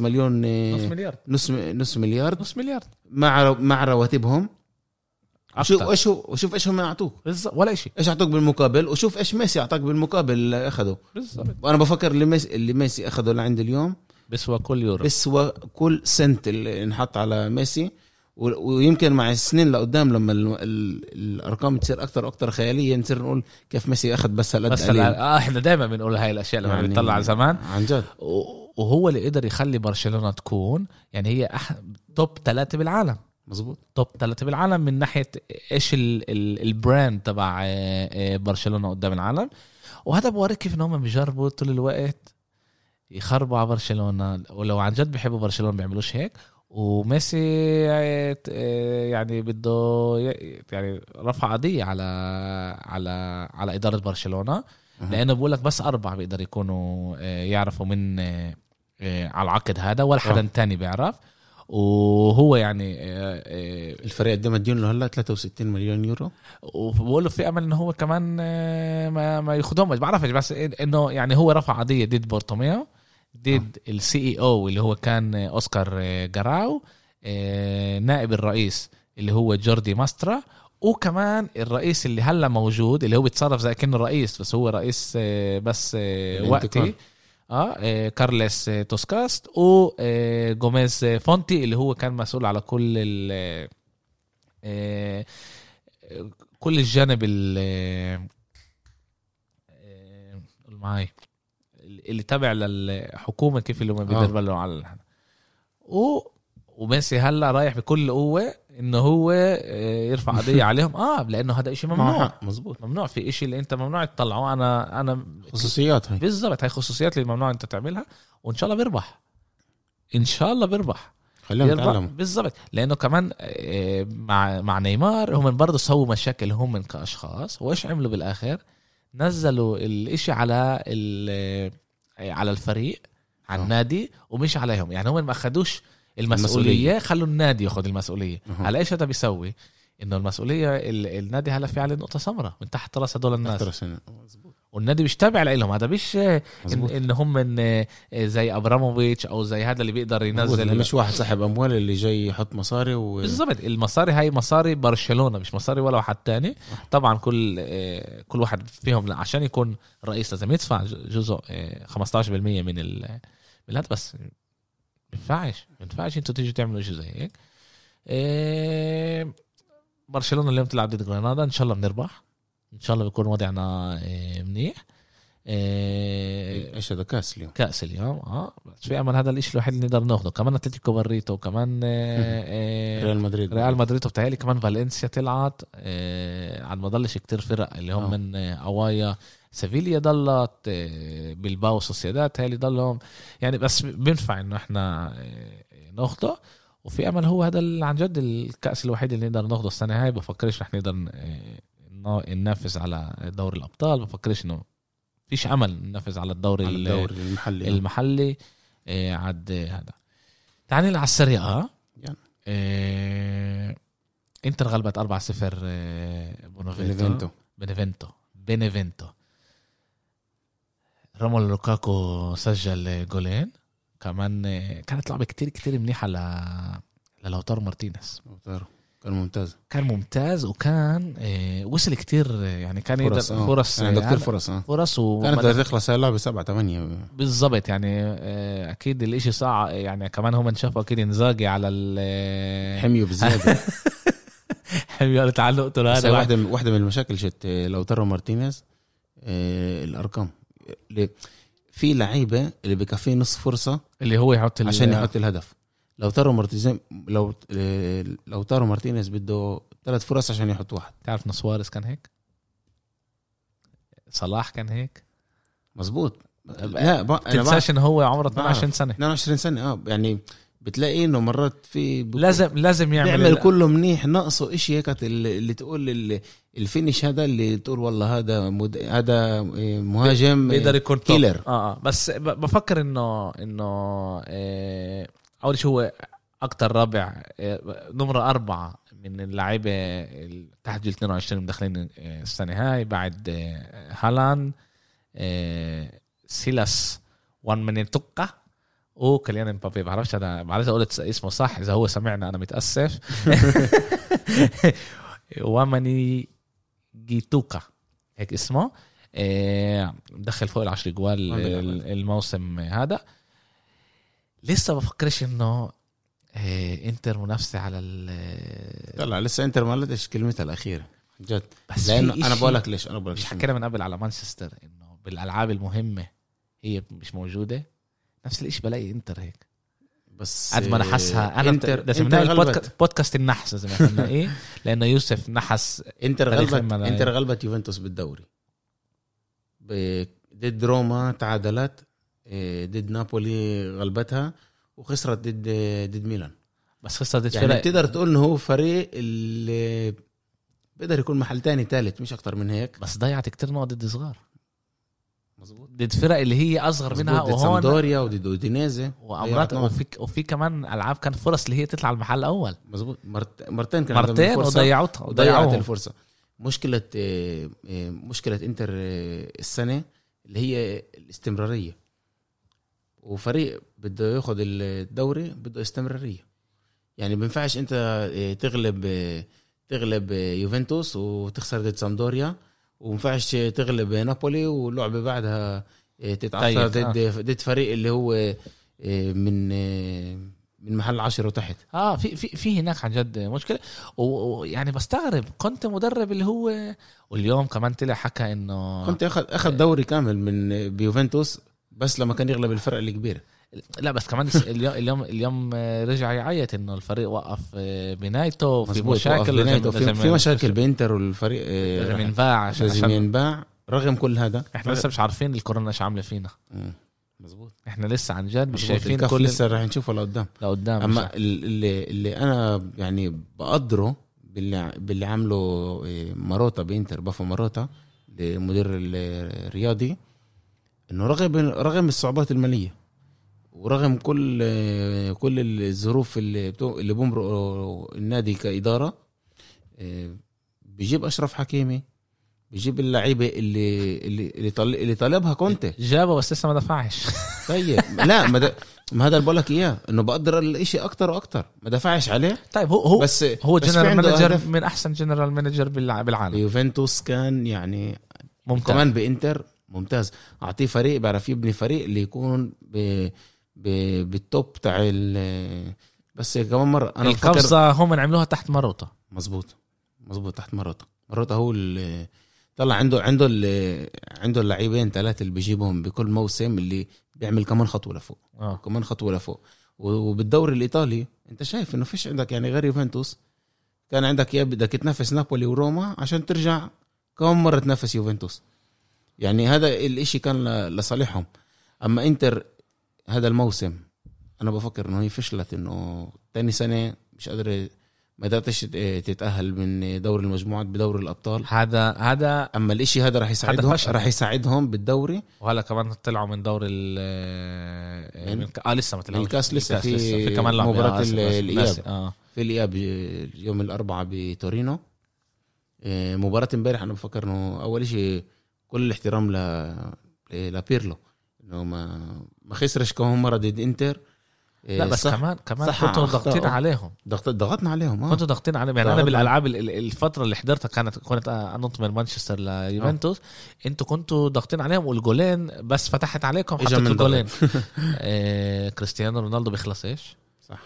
مليار مع رواتبهم. وشوف ايش هم يعطوك ولا شيء، ايش يعطوك بالمقابل، وشوف ايش ميسي يعطاك بالمقابل اخذه. وانا بفكر اللي ميسي اخذه لعند اليوم بسوى كل يورو، بسوى كل سنت اللي انحط على ميسي. ويمكن مع السنين لقدام لما الارقام تصير اكتر واكتر خياليه نصير نقول كيف ميسي اخذ بس هالقد. احنا دائما بنقول هاي الاشياء لما يعني بنطلع على زمان عن جد. وهو اللي قدر يخلي برشلونه تكون يعني هي توب 3 بالعالم. مزبوط، توب 3 بالعالم من ناحيه ايش البراند تبع برشلونه قدام العالم. وهذا بوريك كيف انهم بيجربوا طول الوقت يخربوا على برشلونة، ولو عن جد بيحبوا برشلونة بيعملوش هيك. وميسي يعني بده يعني رفع قضية على إدارة برشلونة، لأنه بقول لك بس 4 بيقدر يكونوا يعرفوا من على العقد هذا، ولا حدا تاني بيعرف. وهو يعني الفريق قدم الدين له هلا 63 مليون يورو، وبقوله في امل انه هو كمان ما ياخذهم، مش بعرفش، بس انه يعني هو رفع قضيه ضد بورتوميو، ضد السي اي او اللي هو كان اوسكار جراو، نائب الرئيس اللي هو جوردي ماسترا، وكمان الرئيس اللي هلا موجود اللي هو بيتصرف زي كأنه رئيس، بس هو رئيس بس وقتي، كارلس توسكاست، وجوميز فونتي اللي هو كان مسؤول على كل الجانب معي اللي تابع للحكومة، كيف اللي هم بيدربوا على وميسي هلا رايح بكل قوة انه هو يرفع قضية عليهم، لانه هذا اشي ممنوع. مزبوط، ممنوع، في اشي اللي انت ممنوع تطلعه. انا خصوصيات، هاي بالضبط، هاي خصوصيات اللي ممنوع انت تعملها، وان شاء الله بيربح، ان شاء الله بيربح. خلينا نتعلم بالضبط، لانه كمان مع نيمار هم برضه سووا مشاكل هم من كاشخاص، وايش عملوا بالاخر؟ نزلوا الاشي على الفريق، على النادي، ومش عليهم. يعني هم ما اخدوش المسؤولية، خلوا النادي ياخذ المسؤولية. على ايش هذا بيسوي؟ انه المسؤولية النادي هلا في عليه نقطة سمراء من تحت راس هدول الناس، والنادي مش تابع لهم. هذا مش إن هم من زي أبراموفيتش او زي هذا اللي بيقدر ينزل، مش واحد صاحب اموال اللي جاي يحط مصاري بالضبط. المصاري هاي مصاري برشلونة، مش مصاري ولا واحد تاني. طبعا كل واحد فيهم عشان يكون رئيس لازم يدفع جزء 15% من هذا، بس ما ينفعش انتوا تيجوا تعملوا شيء زي هيك. برشلونة اليوم تلعب ضد غرناطة، ان شاء الله بنربح، ان شاء الله بيكون وضعنا منيح. ايش هذا كاس اليوم بس في امل هذا الاشي الوحيد اللي نقدر ناخده. كمان اتلتيكو باريتو، وكمان ريال مدريد وبتهيألي كمان فالنسيا طلعت. عاد ما ضلش كتير فرق اللي هم من اوايا. سيفيليا ضلت، بلباو سوسيداد هي اللي ضلهم يعني، بس بينفع انه احنا ناخده. وفي امل هو هذا عن جد الكاس الوحيد اللي نقدر ناخده السنه هاي. بفكرش رح نقدر ننافس على دور الابطال، بفكرش انه فيش امل ننافس على الدوري المحلي عد هذا. تعالي على السريعه. انتر غلبت 4-0 بينيفينتو. روميلو لوكاكو سجل جولين. كمان كانت لعبة كتير منيحة للاوتارو مارتينيز. كان ممتاز وكان وصل كتير يعني، كان فرص عنده كتير فرص كانت تخلص اللعبة 7-8 بالضبط. يعني اكيد الاشي صعب يعني. كمان هم شافوا اكيد انزاجي على حميو بزيادة حميو على تعلقته هذا. واحدة من المشاكل شت لوتارو مارتينيز الارقام. في لعيبة اللي بكفيه نص فرصة اللي هو يحط عشان يحط الهدف. لو تارو مارتينيز بده 3 فرص عشان يحط واحد. تعرف سواريز كان هيك، صلاح كان هيك. مزبوط. لا تنساش انه هو عمره 22 سنة يعني بتلاقي انه مرات في لازم يعمل كله منيح، ناقصه اشي هيك اللي تقول الفينش هذا اللي تقول والله هذا مهاجم بيقدر يكون كيلر. بس بفكر انه اول شيء هو اكتر رابع نمرة 4 من اللعيبة تحت جيل 22 مدخلين السنة هاي بعد هالاند، سيلاس، وان من توكا، وكليان مبابي. بعرفش انا معلش قلت اسمه صح، اذا هو سمعنا انا متاسف. واماني جيتوكا هيك اسمه. مدخل فوق 10 جوال الموسم هذا. لسه بفكرش انه انتر منافسه على لا لسه انتر ما قالتش كلمتها الاخيره جد. بس لانه انا بقول لك ليش مش حكينا من قبل على مانشستر انه بالالعاب المهمه هي مش موجوده. نفس الاشي بلاقي انتر هيك، بس قد ما نحسها انا. انتر بودكاست النحس زي ما قلنا ايه، لانه يوسف نحس. انتر غلبت يوفنتوس بالدوري ضد روما، تعادلت ضد نابولي غلبتها، وخسرت ضد ميلان. بس خسرت ضد يعني بتقدر تقول انه هو فريق اللي بيقدر يكون محل تاني ثالث مش اكتر من هيك، بس ضيعت كتير نقط ضد صغار. مظبوط. ضد فرق اللي هي اصغر منها، ضد سامدوريا وضد اودينيزي وامرات، وفي كمان العاب كان فرص اللي هي تطلع المحل الاول. مظبوط. مرتين كان وضيعت الفرصه. مشكله انتر السنه اللي هي الاستمراريه، وفريق بده ياخذ الدوري بده استمراريه. يعني بينفعش انت تغلب يوفنتوس وتخسر ضد سامدوريا، ومنفعش تغلب نابولي واللعبة بعدها تتعثر ضد فريق اللي هو من محل 10 وتحت. في هناك عن جد مشكلة. ويعني بستغرب كنت مدرب اللي هو، واليوم كمان طلع حكى انه كنت اخذ دوري كامل من بيوفنتوس بس لما كان يغلب الفرق الكبيرة. لا بس كمان اليوم رجع يعيط انه الفريق وقف بنايته في مشاكل، في مشاكل بإنتر والفريق لازم ينباع. رغم كل هذا احنا لسه مش عارفين الكورونا ايش عامله فينا. مظبوط. احنا لسه عن جد مش شايفين كل لسه راح نشوفه لقدام. اما اللي انا يعني بقدره باللي عمله ماروتا بإنتر، بافو ماروتا المدير الرياضي، انه رغم الصعوبات الماليه ورغم كل الظروف اللي بمرق النادي كإدارة، بيجيب أشرف حكيمي، بيجيب اللعيبة اللي طالبها كونتي جابه بس لسه ما دفعش. طيب لا ما هذا اللي بقولك إياه، إنه بقدر الإشي أكتر وأكتر، ما دفعش عليه. طيب هو جنرال مانجر من أحسن جنرال مانجر بالعالم. يوفنتوس كان يعني ممتاز. كمان بإنتر ممتاز. أعطيه فريق بيعرف يبني فريق اللي يكون بالتوب تاع بس كمان مرة أنا القفزة هم عملوها تحت ماروتا. مظبوط تحت ماروتا هو اللي طلع عنده اللاعبين 3 اللي بيجيبهم بكل موسم، اللي بيعمل كمان خطوة لفوق كمان خطوة لفوق. وبالدوري الإيطالي أنت شايف إنه فيش عندك يعني غير يوفنتوس، كان عندك يا بدك تنافس نابولي وروما عشان ترجع كمان مرة تنافس يوفنتوس. يعني هذا الاشي كان لصالحهم. أما إنتر هذا الموسم أنا بفكر إنه هي فشلت، إنه تاني سنة مش قادرة، ما قدرتش تتأهل من دور المجموعات بدور الأبطال. هذا أما الإشي هذا راح يساعدهم بالدوري. وهلا كمان طلعوا من دور لسه ما طلعوا الكاس، لسه في كمان مباراة الإياب. في الإياب يوم الأربعاء بتورينو. مباراة امبارح أنا بفكر إنه أول شيء كل الاحترام لبيرلو إنه ما خسرش كمان مرة ضد إنتر. لا بس كمان كنتوا ضغطين عليهم، ضغطنا عليهم. كنتوا ضغطين عليهم. يعني انا بالالعاب الفتره اللي حضرتها كنت انط من مانشستر ليوفنتوس، انتوا كنتوا ضغطين عليهم والجولين بس فتحت عليكم حطيتوا الجولين. كريستيانو رونالدو بيخلص ايش صح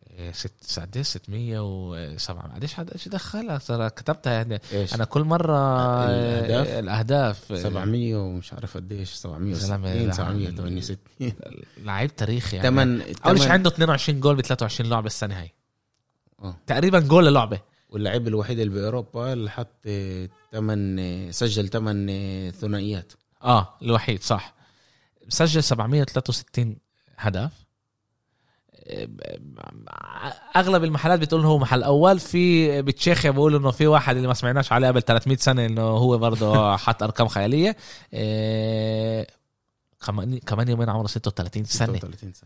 607 قديش دخلها ترى كتبتها يعني إيش؟ انا كل مره الاهداف 700 ومش عارف قديش 768 لعيب تاريخي يعني. اول شيء عنده 22 جول ب 23 لعبه السنه هاي تقريبا جول للعبه، واللاعب الوحيد اللي باوروبا اللي حط سجل 8 ثنائيات. الوحيد صح، سجل 763 هدف. اغلب المحلات بتقول هو محل اول، في بتشيخيا بيقولوا انه في واحد اللي ما سمعناش عليه قبل 300 سنه انه هو برضه حط ارقام خياليه. كمان يومين عمره 36 سنه.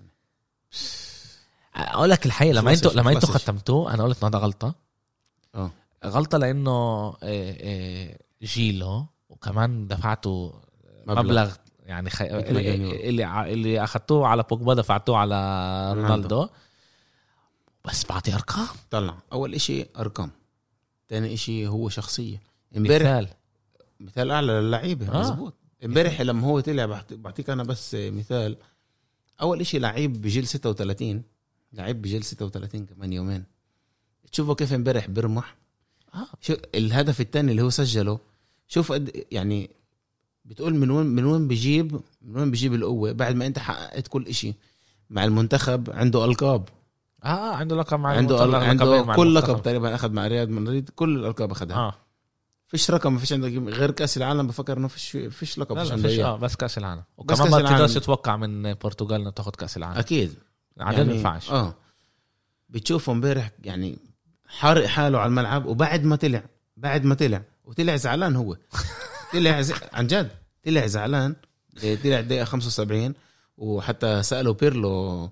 اقول لك الحقيقه لما انتوا ختمتوه انا قلت انه هذا غلطه لانه جيله، وكمان دفعته مبلغ يعني اللي اخذتوه على بوجبا دفعتوه على رونالدو. بس بعطي ارقام. طلع اول اشي ارقام، تاني اشي هو شخصيه. مثال اعلى للعيبه. مزبوط. امبارح لما هو طلع بعطيك انا بس مثال. اول اشي لعيب بجيل 36 كمان يومين تشوفوا كيف امبارح برمح. شو الهدف الثاني اللي هو سجله؟ شوف يعني بتقول من وين بيجيب القوة بعد ما انت حققت كل اشي مع المنتخب. عنده ألقاب. عنده لقب مع عنده كل لقب تقريبا اخذ مع رياض مدريد، كل الألقاب اخذها. فيش رقم، ما فيش عندك غير كاس العالم. بفكر انه فيش لقب، مش عنده بس كاس العالم. وكمان ما تقدرش تتوقع من البرتغال انه تاخد كاس العالم اكيد يعني ما ينفعش. بتشوفه امبارح يعني حارق حاله على الملعب، وبعد ما طلع وطلع زعلان. هو طلع عن جد طلع زعلان. طلع دقيقة 75 وحتى سأله بيرلو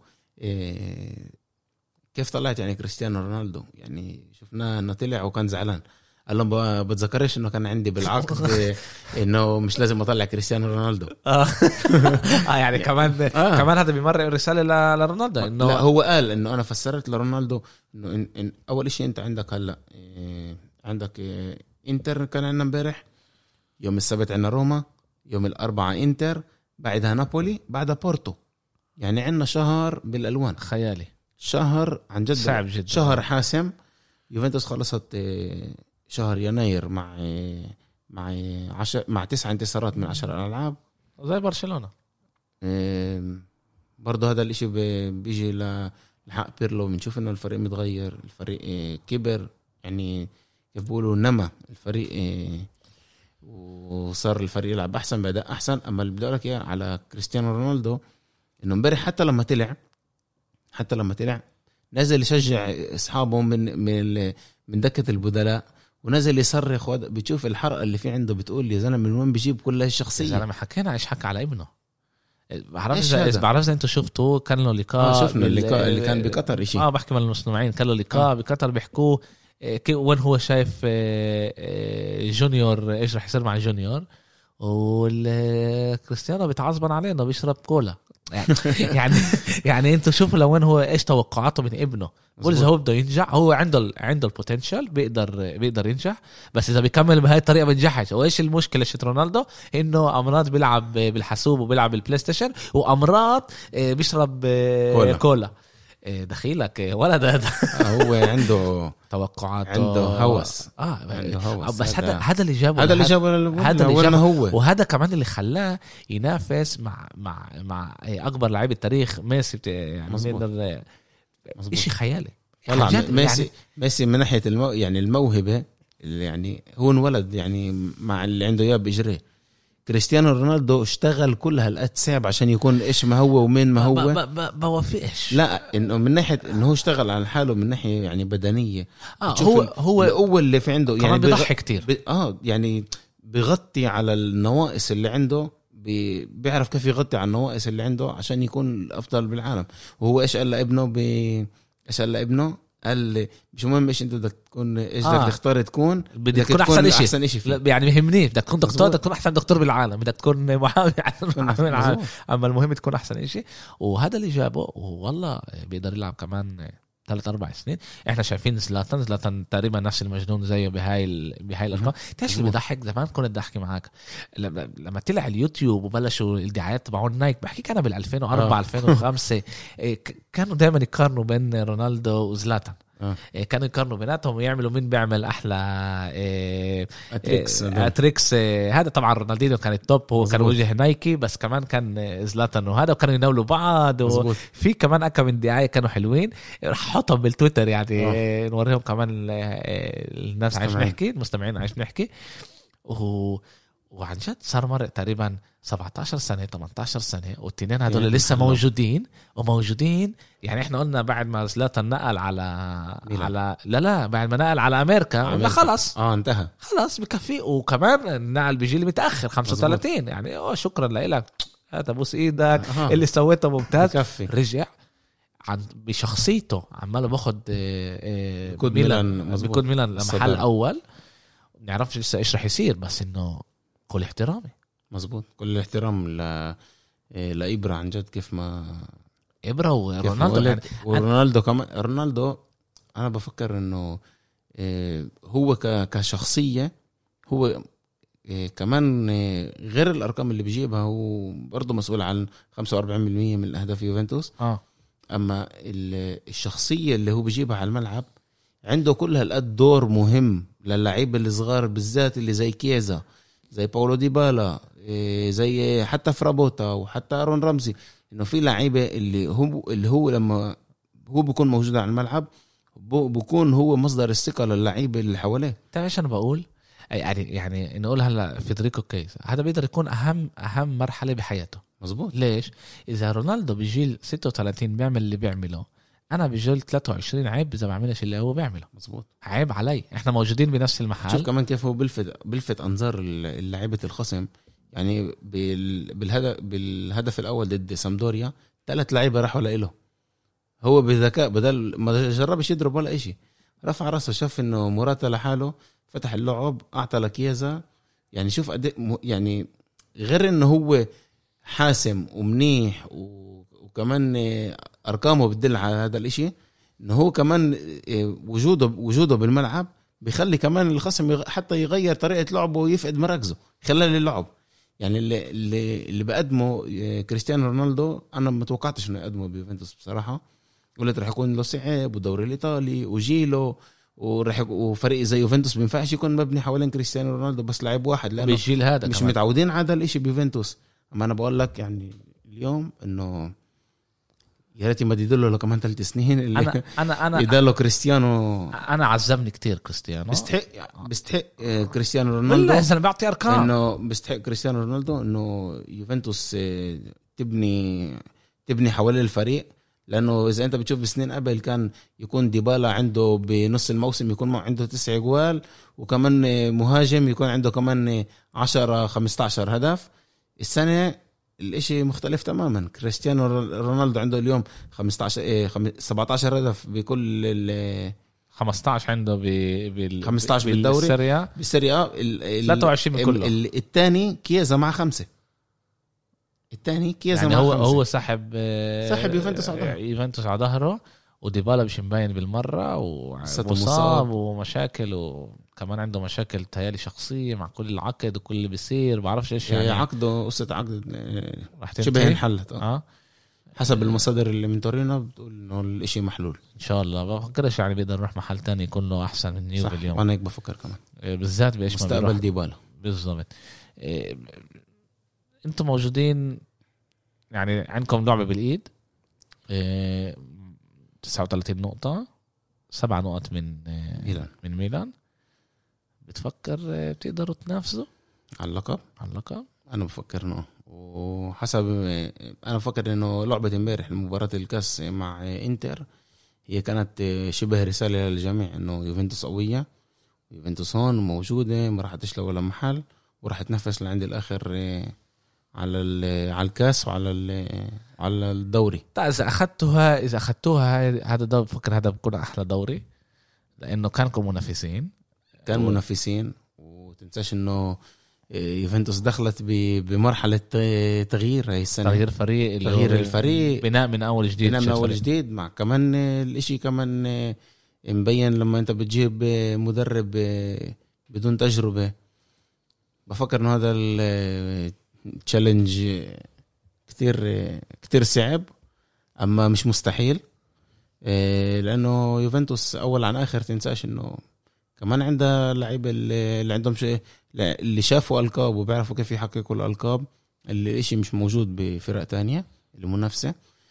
كيف طلعت يعني كريستيانو رونالدو، يعني شفناه انه طلع وكان زعلان. قال لهم بتذكرش انه كان عندي بالعقد انه مش لازم اطلع كريستيانو رونالدو. يعني كمان هذا بيمرق رسالة لرونالدو انه لا، هو قال انه انا فسرت لرونالدو انه إن اول شيء انت عندك هلا عندك انتر كان عندنا امبارح، يوم السبت عندنا روما، يوم الاربعاء انتر، بعدها نابولي، بعدها بورتو. يعني عندنا شهر بالالوان خيالي، شهر عن جد صعب جدا، شهر حاسم. يوفنتوس خلصت شهر يناير مع 9 انتصارات من 10 ألعاب زي برشلونة. برضو هذا الاشي بيجي لحق بيرلو. بنشوف انه الفريق متغير، الفريق كبر، يعني كيف بيقولوا نما الفريق وصار الفريق يلعب احسن، بدا احسن. اما اللي بدي اقول لك على كريستيانو رونالدو انه امبارح حتى لما طلع نزل يشجع اصحابه من دكة البدلاء، ونزل يصرخ. بتشوف الحرقة اللي في عنده، بتقول يا زلمة من وين بيجيب كل هاي الشخصية. زلمة حكينا ايش حكى على ابنه. بعرف اذا انتوا شفتوا كان له لقاء شفنا اللقاء اللي كان بقطر إشي. بحكي مع المصنوعين، كان له لقاء بقطر بيحكوه وين هو شايف جونيور ايش رح يصير مع جونيور، والكريستيانو بيتعصبن عليه انه بيشرب كولا. يعني انتوا شوفوا لوين هو ايش توقعاته من ابنه. اذا هو بده ينجح، هو عنده البوتنشال، بيقدر ينجح، بس اذا بيكمل بهاي الطريقه بينجحش. وايش المشكله شت رونالدو؟ انه امراض بيلعب بالحاسوب وبيلعب بالبلاي ستيشن، وامراض بيشرب كولا. دخيلك ولد هذا. هو عنده توقعات، عنده هوس. عنده هوس. بس هذا اللي جابه، هذا اللي جابه هو. وهذا كمان اللي خلاه ينافس مع اكبر لاعب التاريخ ميسي. يعني شيء خيالي. ميسي من ناحيه يعني الموهبه، اللي يعني هو انولد يعني مع اللي عنده اياه باجريه. كريستيانو رونالدو اشتغل كل هالقد صعب عشان يكون ايش ما هو ومين ما هو. بوافقش. لا، انه من ناحيه انه هو اشتغل على حاله من ناحيه يعني بدنيه. هو القوه اللي في عنده يعني بيضحي كتير. يعني بيغطي على النواقص اللي عنده، بيعرف كيف يغطي على النواقص اللي عنده عشان يكون الافضل بالعالم. وهو ايش قال لابنه قال مش مهم ايش انت بدك تكون، ايش بدك تختار تكون، بدك تكون احسن شيء. يعني بيهمني بدك تكون دكتور، بدك تكون احسن دكتور بالعالم، بدك تكون محامي بالعالم، اما المهم تكون احسن شيء. وهذا اللي جابه. والله بيقدر يلعب كمان 3-4 سنين. احنا شايفين زلاتان تقريبا نفس المجنون زيه بهاي الارقام. تعرف اللي بيضحك؟ زمان كنت ضحكي معاك لما طلع اليوتيوب وبلشوا الدعايات تبعون نايك. بحكي كان بال 2004 2005 كانوا دائما يقارنوا بين رونالدو وزلاتان. كانوا يقارنوا بيناتهم ويعملوا مين بيعمل احلى اتريكس. هذا طبعا رونالدينيو كان التوب، هو كان وجه نايكي، بس كمان كان زلاتان وهذا، وكانوا يناولوا بعض. وفي كمان أكم من دعاية كانوا حلوين، رح احطهم بالتويتر يعني نوريهم كمان الناس عايش نحكي، المستمعين عايش نحكي. وعن جد صار مرق تقريبا 17 سنة 18 سنة، والتنين هذول لسه موجودين. يعني احنا قلنا بعد ما زلاتان نقل على لا بعد ما نقل على أمريكا خلص انتهى، خلص بكفي. وكمان نقل بجيل متأخر 35. يعني شكرا لك، هذا بوس ايدك اللي سويته ممتاز. بكفي. رجع بشخصيته عماله باخد بكود ميلان لمحل أول. نعرفش لسه ايش رح يصير، بس انه كل احترامي. مزبوط، كل الاحترام لإبرة عن جد. كيف ما إبرة ورونالدو يعني ورونالدو كمان. رونالدو أنا بفكر إنه هو كشخصية، هو كمان غير الأرقام اللي بيجيبها، هو برضه مسؤول عن 45% من الأهداف في يوفنتوس. أما الشخصية اللي هو بيجيبها على الملعب عنده كل هالقد دور مهم للاعيبه الصغار، بالذات اللي زي كيزا، زي باولو ديبالا، زي حتى فرابوتا وحتى ارون رمزي. انه في لعيبه اللي هو لما هو بيكون موجود على الملعب بيكون هو مصدر الثقه للاعيبه اللي حواليه. تعرف انا بقول يعني نقول هلا فيدريكو كيس هذا بيقدر يكون اهم مرحله بحياته. مزبوط. ليش؟ اذا رونالدو بجيل 36 بيعمل اللي بيعمله، انا بجيل 23 عيب اذا بعملش اللي هو بيعمله. مزبوط. عيب علي، احنا موجودين بنفس المحل. شوف كمان كيف هو بلفت انظار اللاعيبه الخصم. يعني بالهدف الاول ضد سامدوريا 3 لعيبه راحوا له، هو بذكاء بدل ما جربش يضرب ولا إشي، رفع راسه شاف انه موراتا لحاله، فتح اللعب، اعطى لكيزا. يعني شوف يعني غير انه هو حاسم ومنيح وكمان ارقامه بتدل على هذا الاشي، انه هو كمان وجوده بالملعب بيخلي كمان الخصم حتى يغير طريقة لعبه ويفقد مراكزه خلال اللعب. يعني اللي بقدمه كريستيانو رونالدو انا ما توقعتش انه يقدمه بيوفنتوس بصراحة. قلت رح يكون له صعب ودوري الايطالي وجيله، وفريق زي يوفنتوس بينفعش يكون مبني حوالين كريستيانو رونالدو بس لاعب واحد، لانه بالجيل هذا مش كمان متعودين على هذا الاشي بيوفنتوس. اما انا بقول لك يعني اليوم انه يا ريت ما يدله له كمان 3 سنين اللي انا يدله كريستيانو. انا عزمني كتير كريستيانو، بيستحق كريستيانو رونالدو. والله انا بعطي ارقام انه بيستحق كريستيانو رونالدو انه يوفنتوس تبني حوالين الفريق. لانه اذا انت بتشوف بسنين قبل كان يكون ديبالا عنده بنص الموسم يكون عنده 9 جوال، وكمان مهاجم يكون عنده كمان 10-15 هدف. السنة الاشي مختلف تماما. كريستيانو رونالدو عنده اليوم 17 هدف بكل 15 عنده 15 بالدوري بالسيريا 23 كله. الثاني كيزا مع 5. الثاني كيزا يعني مع هو سحب يوفنتوس على ظهره، وديبالا مش مبين بالمرة ومصاب ومشاكل، وكمان عنده مشاكل تيالي شخصية مع كل العقد وكل اللي بيصير بعرفش ايش يعني. عقده قصة عقد شبه انحلت حسب المصادر اللي من تورينو بتقول انه الاشي محلول ان شاء الله. بفكرش يعني بيقدر نروح محل تاني يكون له احسن من نيو اليوم. وانا هيك بفكر كمان بالذات بايش مستقبل ديبالا بالضبط. انتم موجودين يعني عندكم لعبة بالايد 39 نقطة 7 نقط من ميلان. بتفكر بتقدروا تنافسوا على اللقب؟ انا بفكر انه وحسب انا بفكر انه لعبة امبارح مباراة الكاس مع انتر هي كانت شبه رسالة للجميع انه يوفنتوس قوية، يوفنتوس هون موجودة ما راح تشلى ولا محل وراح تنافس لعند الاخر على الكاس وعلى الدوري. اذا اخذتوها هذا الدوري بفكر هذا بكون احلى دوري، لانه كانكم منافسين منافسين. وتنساش انه يوفنتوس دخلت بمرحله تغيير هاي السنه، تغيير الفريق بناء من اول جديد مع كمان الاشي كمان مبين لما انت بتجيب مدرب بدون تجربه. بفكر انه هذا التشالنج كتير صعب اما مش مستحيل، لانه يوفنتوس اول عن اخر. تنساش انه كمان عندها لعيبه اللي عندهم شيء اللي شافوا القاب وبيعرفوا كيف يحققوا الالقاب، اللي إشي مش موجود بفرق تانية اللي منافسه.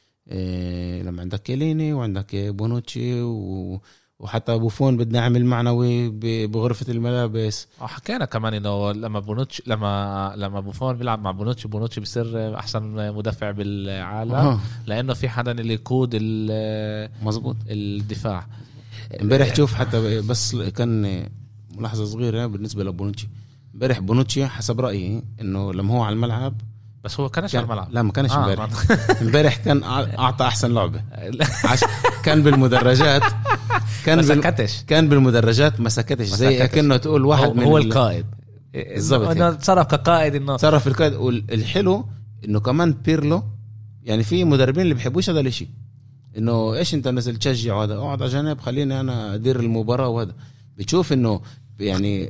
لما عندك كيليني وعندك بونوتشي وحتى بوفون بدنا نعمل معنوي بغرفة الملابس. حكينا كمان انه لما بونوتشي لما بوفون بيلعب مع بونوتشي بيصير احسن مدافع بالعالم، لانه في حدا اللي يقود مزبوط الدفاع. امبارح تشوف حتى بس كان ملاحظة صغيرة بالنسبة لبونوتشي. امبارح بونوتشي حسب رأيي انه لما هو على الملعب، بس هو كانش على الملعب. لا ما كانش امبارح. امبارح كان اعطى احسن لعبة. كان بالمدرجات كان بالمدرجات ما سكتش زي كأنه تقول واحد هو القائد بالضبط، انه تصرف كقائد، انه تصرف القائد. والحلو انه كمان بيرلو، يعني في مدربين اللي بيحبوش هذا الاشي، انه ايش انت نزل تشجع وهذا اقعد على جنب خليني انا ادير المباراة. وهذا بتشوف انه يعني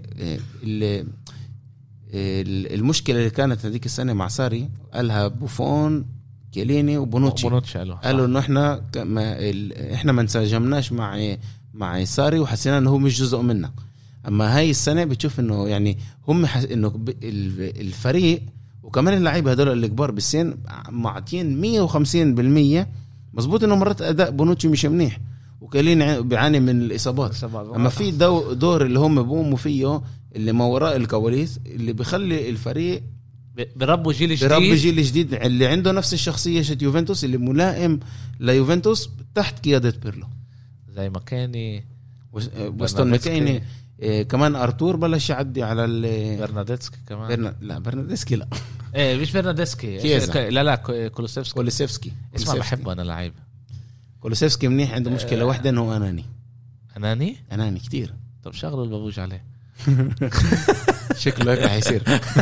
المشكلة اللي كانت هذيك السنة مع ساري قالها بوفون كيليني وبونوتشي قالوا انه احنا ما انسجمناش مع ساري وحسينا انه هو مش جزء منا. اما هاي السنة بتشوف انه يعني هم انه الفريق وكمان اللعيبة هذول الكبار بالسن معطين 150%. مزبوط انه مرات اداء بونوتشي مش منيح وكيليني بيعاني من الاصابات، اما في دور اللي هم بيقوموا فيه اللي ما وراء الكواليس اللي بيخلي الفريق بربوا جيل جديد اللي عنده نفس الشخصية شت يوفنتوس اللي ملائم ليوفنتوس تحت قيادة بيرلو زي مكاني وستون مكاني. كمان أرتور بلش يعدي على برنادسكي كمان لا برنادسكي لا مش برنادسكي لا كولوسيفسكي اسمع بحبه أنا لعيب كولوسيفسكي منيح عنده مشكلة واحدة إنه أناني كتير. طب شغله البابوج عليه شكله هيك هيصير.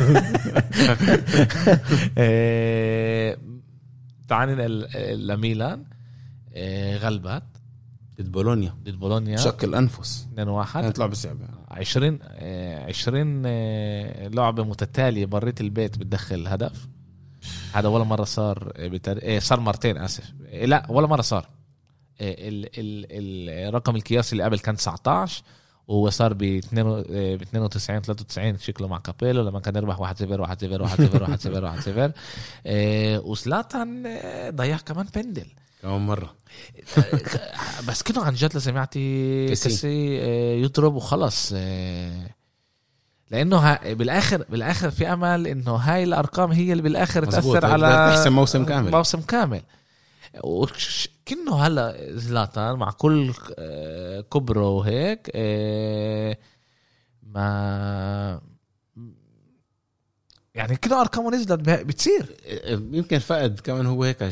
تعالي لميلان غلبت ضد بولونيا شكل أنفس 2-1 هيطلع بالصعب 20 لعبة متتالية بريت البيت بتدخل هدف. هذا ولا مرة صار صار مرتين آسف لا ولا مرة صار. الرقم القياسي اللي قبل كان 19 وهو صار ب 92 93 شكله مع كابيلو لما كان يربح 1-0 وسلاتان ضيع كمان بندل كمان مرة بس كده عن جد لازم يعطي كسي يضرب وخلص لأنه بالآخر في أمل إنه هاي الأرقام هي اللي بالآخر تأثر على تحسن موسم كامل وكأنه هلا زلاتان مع كل كبره وهيك ما يعني كده أرقامه نزلت بتصير يمكن فقد كمان هو هيك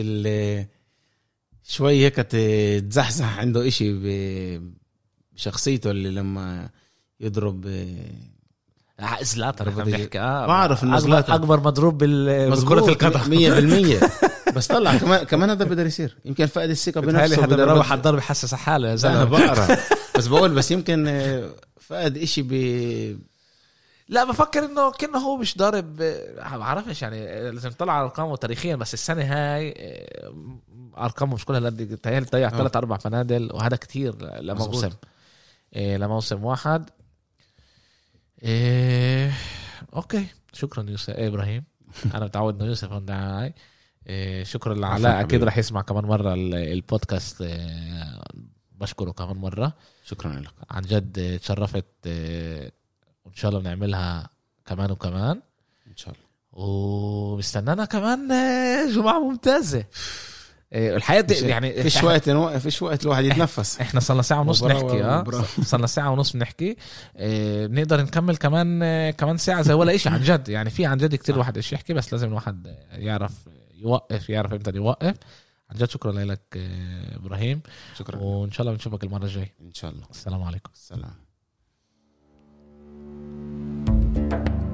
شوي هيك تزحزح عنده إشي بشخصيته اللي لما يضرب زلاتان بحكي ما أعرف إنه زلاتان أكبر مضروب بالكرة القدم 100% بس طلع كمان هذا بقدر يصير. يمكن فقد الثقة بنفسه هذا بيروح على الضرب يحسس حاله يا زلمة بقرا بس بس يمكن فقد إشي لا بفكر إنه كأنه هو مش ضارب ما بعرفش يعني لازم نطلع على أرقامه تاريخيا بس السنة هاي أرقامه مش كلها لدي تهيألي ضيع 3-4 فنادل وهذا كتير لموسم واحد. أوكي شكرا يوسف إبراهيم أنا متعود إنه يوسف هون شكرا لعلاء أكيد رح يسمع كمان مرة البودكاست بشكره كمان مرة شكرا لك عن جد تشرفت وإن شاء الله بنعملها كمان وكمان إن شاء الله ومستنانا كمان جمعة ممتازة الحقيقة يعني فيش وقت الواحد يتنفس احنا صلنا ساعة ونص نحكي صلنا ساعة ونص نحكي بنقدر نكمل كمان ساعة زي ولا إشي عن جد يعني في عن جد كتير واحد إيش يحكي بس لازم الواحد يعرف امتى يوقف. عن جد شكرا لك إبراهيم شكرا وإن شاء الله بنشوفك المرة الجاية إن شاء الله. السلام عليكم. السلام.